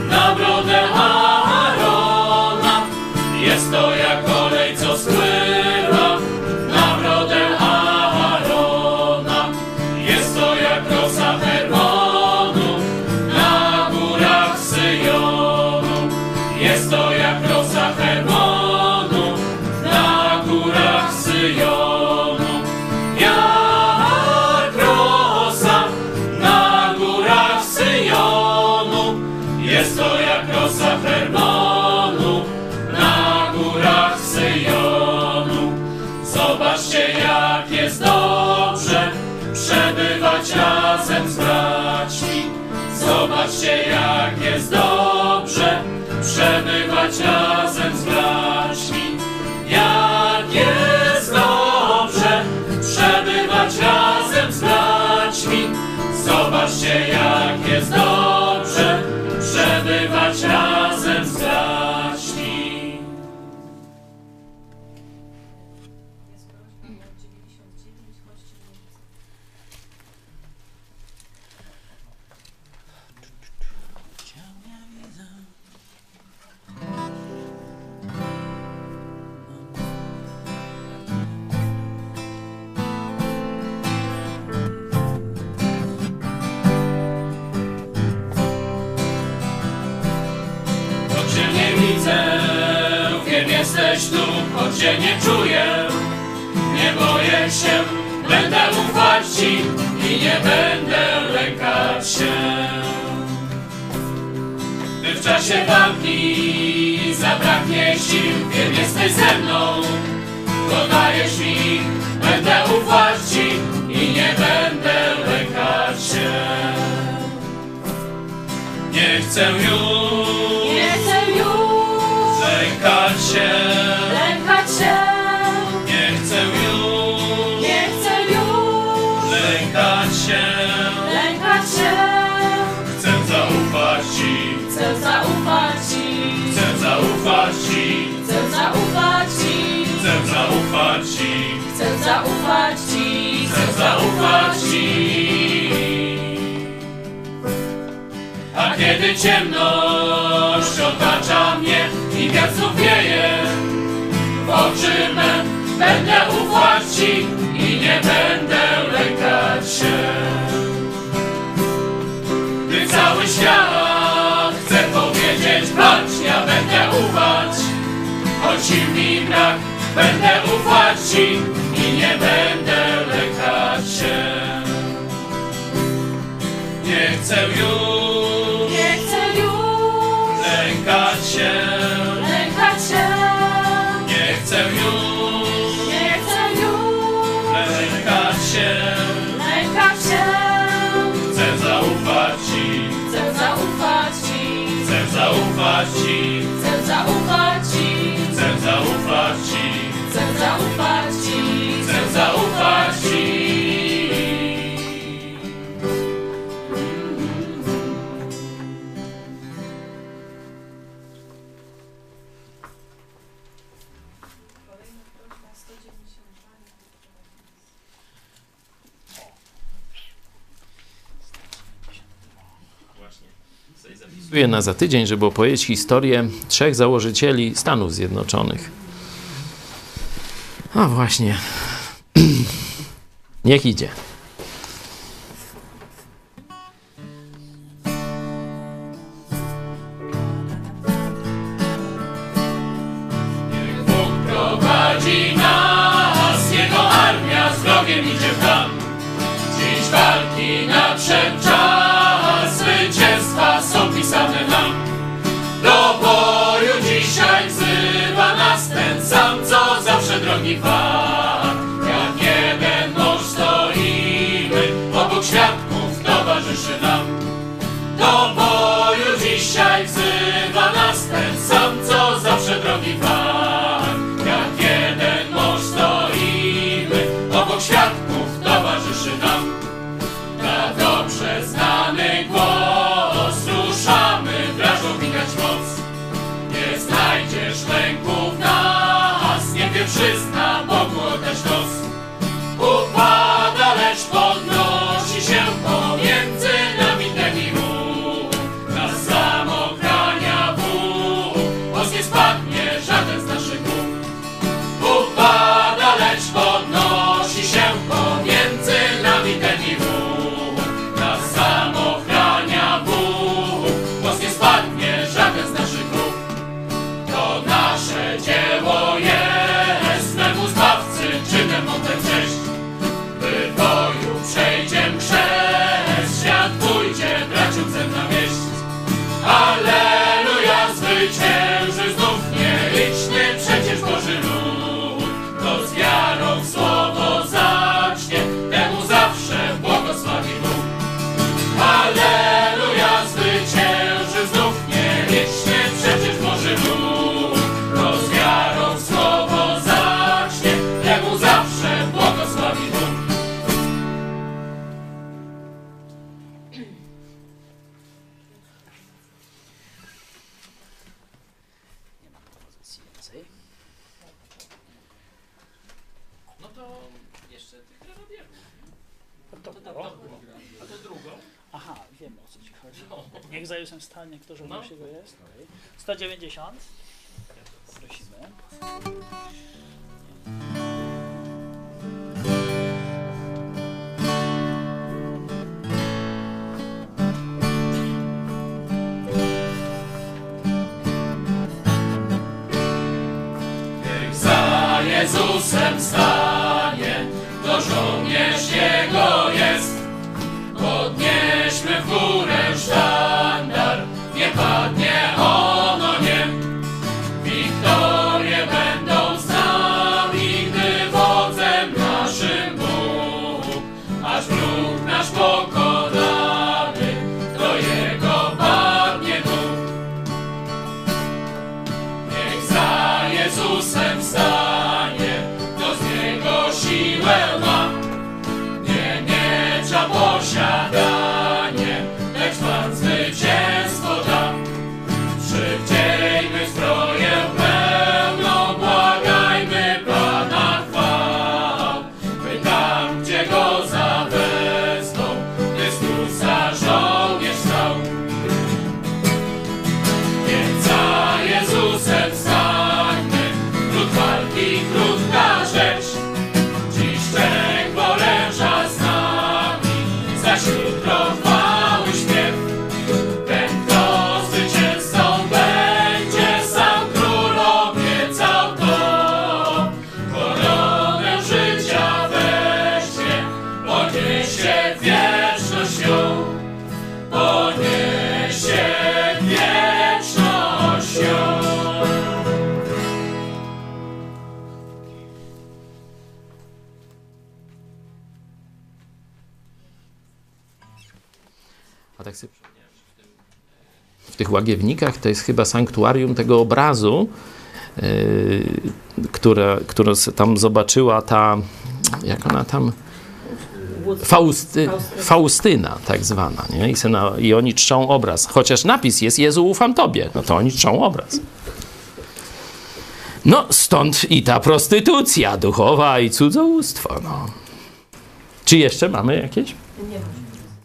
przebywać razem z braćmi. Zobaczcie, jak jest dobrze przebywać razem z braćmi. Jak jest dobrze przebywać razem z braćmi. Zobaczcie, jak jest dobrze przebywać razem z braćmi. Choć Cię nie widzę, wiem, jesteś tu, choć Cię nie czuję, nie boję się, będę ufać Ci i nie będę lękać się. Gdy w czasie walki zabraknie sił, wiem, jesteś ze mną, dodajesz mi, będę ufać Ci i nie będę lękać się. Nie chcę już Nie chcę już lękać się, lękać się. nie chcę już Nie chcę już lękać się. lękać się. Chcę zaufać Ci, Chcę zaufać Ci. chcę zaufać Ci, Chcę zaufać Ci. chcę zaufać Ci, Chcę zaufać Ci. chcę zaufać Ci. A kiedy ciemność otacza mnie i wiatr znów wieje w oczy me, będę ufać Ci i nie będę lękać się. Gdy cały świat chce powiedzieć patrz, ja będę ufać, choć sił mi brak, będę ufać Ci i nie będę lękać się. Nie chcę już Nie chcę już lękać się, lękać się. nie chcę już Nie chcę już lękać się. lękać się. Chcę zaufać Ci, Chcę zaufać Ci. chcę zaufać Ci, Chcę zaufać Ci. chcę zaufać Ci, Chcę zaufać Ci. chcę zaufać Ci. Zapisuję na za tydzień, żeby opowiedzieć historię 3 założycieli Stanów Zjednoczonych. A właśnie. Niech idzie. Niech Bóg prowadzi nas, Jego armia z wrogiem idzie w tam. Dziś walki nadszedł czas, zwycięstwa są pisane nam. Do boju dzisiaj wzywa nas ten sam, co zawsze drogi Pan. Jak jeden mąż stoimy, obok świadków towarzyszy nam. Do boju dzisiaj wzywa nas ten sam, co zawsze drogi Pan. Jak jeden mąż stoimy, obok świadków towarzyszy nam. Na dobrze znany głos ruszamy, wrażą widać moc. Nie znajdziesz lęku w nas, nie pierwszy zna Bogu oddać los. Upada, lecz podnosi się pomiędzy nami. co ci chodzi. Niech za Jezusem stanie, kto żołnierz jego jest. 190. Prosimy. Za Jezusem stanie, to żołnierz Jego jest. Podnieśmy w górę sztandar, nie padnie ono nie. Wiktorie będą z nami, gdy wodzem naszym Bóg. Aż wróg nasz pokonany, do Jego padnie duch. Niech za Jezusem stanie, kto z Niego siłę ma. Nie miecza posiadanie, lecz Pan zwycięstwo da. Przywdziejmy zbroję pełną, błagajmy Pana chwał, by tam, gdzie Go zawezmą, Chrystusa żołnierz stał. Więc za Jezusem stańmy, trud walki krótka rzecz. Dziś szczęk oręża z nami, zaś jutro chwały śpiew. Ten, kto zwycięzcą będzie, sam król obiecał to. Koronę życia weźmie, poniesie wieczność ją. Poniesie wieczność ją. A tak sobie w tych łagiewnikach to jest chyba sanktuarium tego obrazu, które tam zobaczyła ta, jak ona tam, Faustyna tak zwana, nie? I oni czczą obraz. Chociaż napis jest Jezu, ufam Tobie. No to oni czczą obraz. No stąd i ta prostytucja duchowa i cudzołóstwo. No. Czy jeszcze mamy jakieś? Nie wiem.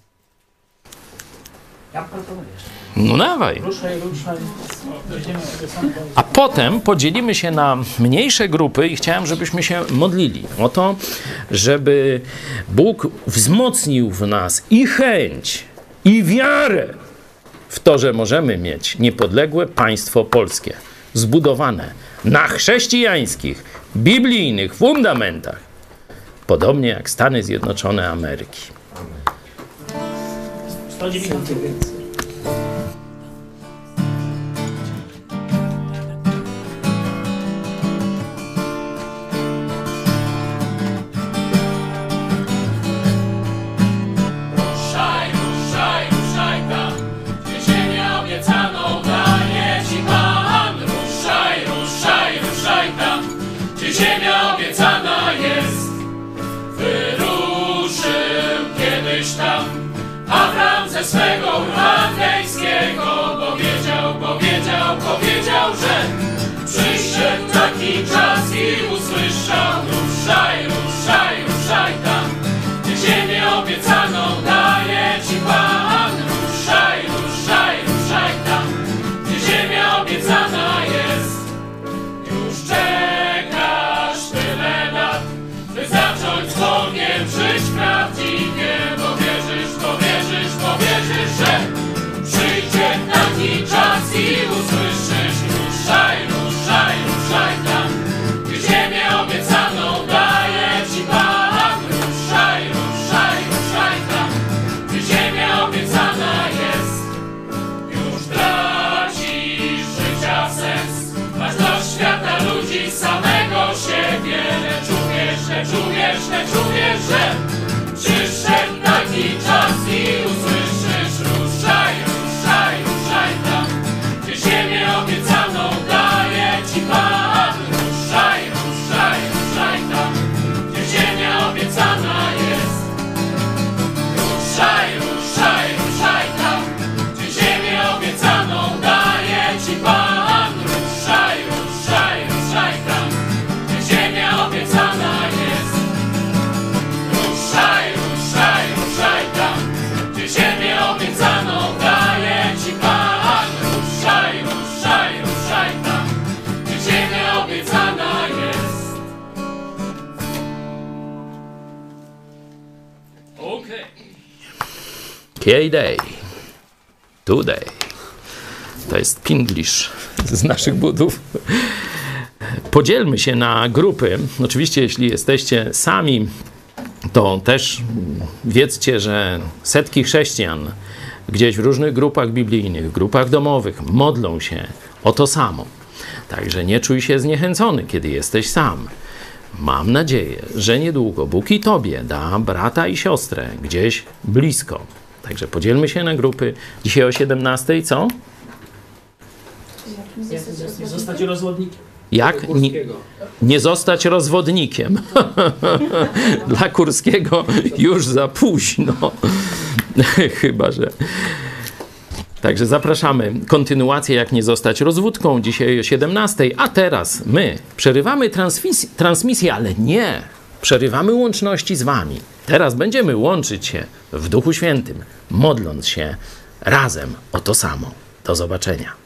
Ja proponuję jeszcze. No dawaj. Ruszaj. Będziemy A potem podzielimy się na mniejsze grupy i chciałem, żebyśmy się modlili o to, żeby Bóg wzmocnił w nas i chęć, i wiarę w to, że możemy mieć niepodległe państwo polskie, zbudowane na chrześcijańskich, biblijnych fundamentach, podobnie jak Stany Zjednoczone Ameryki. 190. Ruszaj tam, gdzie ziemię obiecaną daje Ci Pan. Ruszaj tam, gdzie ziemia obiecana jest. Wyruszył kiedyś tam Abraham ze swego chaldejskiego, powiedział, że przyszedł taki czas i usłyszał. Ruszaj tam, gdzie ziemię obiecaną daje Ci Pan. Ruszaj tam, gdzie ziemia obiecana jest. Już czekasz tyle lat, by zacząć z Bogiem żyć prawdziwie, bo wierzysz, że przyjdzie taki czas i usłyszysz. Ruszaj tam, gdzie ziemię obiecaną daje Ci Pan. Ruszaj tam, gdzie ziemia obiecana jest. Już tracisz życia sens, masz dość świata, ludzi, samego siebie, lecz uwierz, że przyszedł taki czas i usłyszysz. Ruszaj tam, gdzie ziemię obiecaną daje Ci Pan. Ruszaj tam, gdzie ziemia obiecana jest. Ruszaj tam, gdzie ziemię obiecaną daje Ci Pan. Ruszaj tam, gdzie ziemia obiecana jest. Ruszaj tam, K-Day. Today. To jest Pinglish z naszych budów. Podzielmy się na grupy. Oczywiście, jeśli jesteście sami, to też wiedzcie, że setki chrześcijan gdzieś w różnych grupach biblijnych, grupach domowych modlą się o to samo. Także nie czuj się zniechęcony, kiedy jesteś sam. Mam nadzieję, że niedługo Bóg i tobie da brata i siostrę gdzieś blisko. Także podzielmy się na grupy. Dzisiaj o 17:00 co? Zostać rozwodnikiem. Jak? Nie zostać rozwodnikiem. Dla Kurskiego już za późno. Chyba że. Także zapraszamy. Kontynuację, jak nie zostać rozwódką, dzisiaj o 17:00. A teraz my przerywamy transmisję, ale nie. Przerywamy łączności z wami. Teraz będziemy łączyć się w Duchu Świętym, modląc się razem o to samo. Do zobaczenia.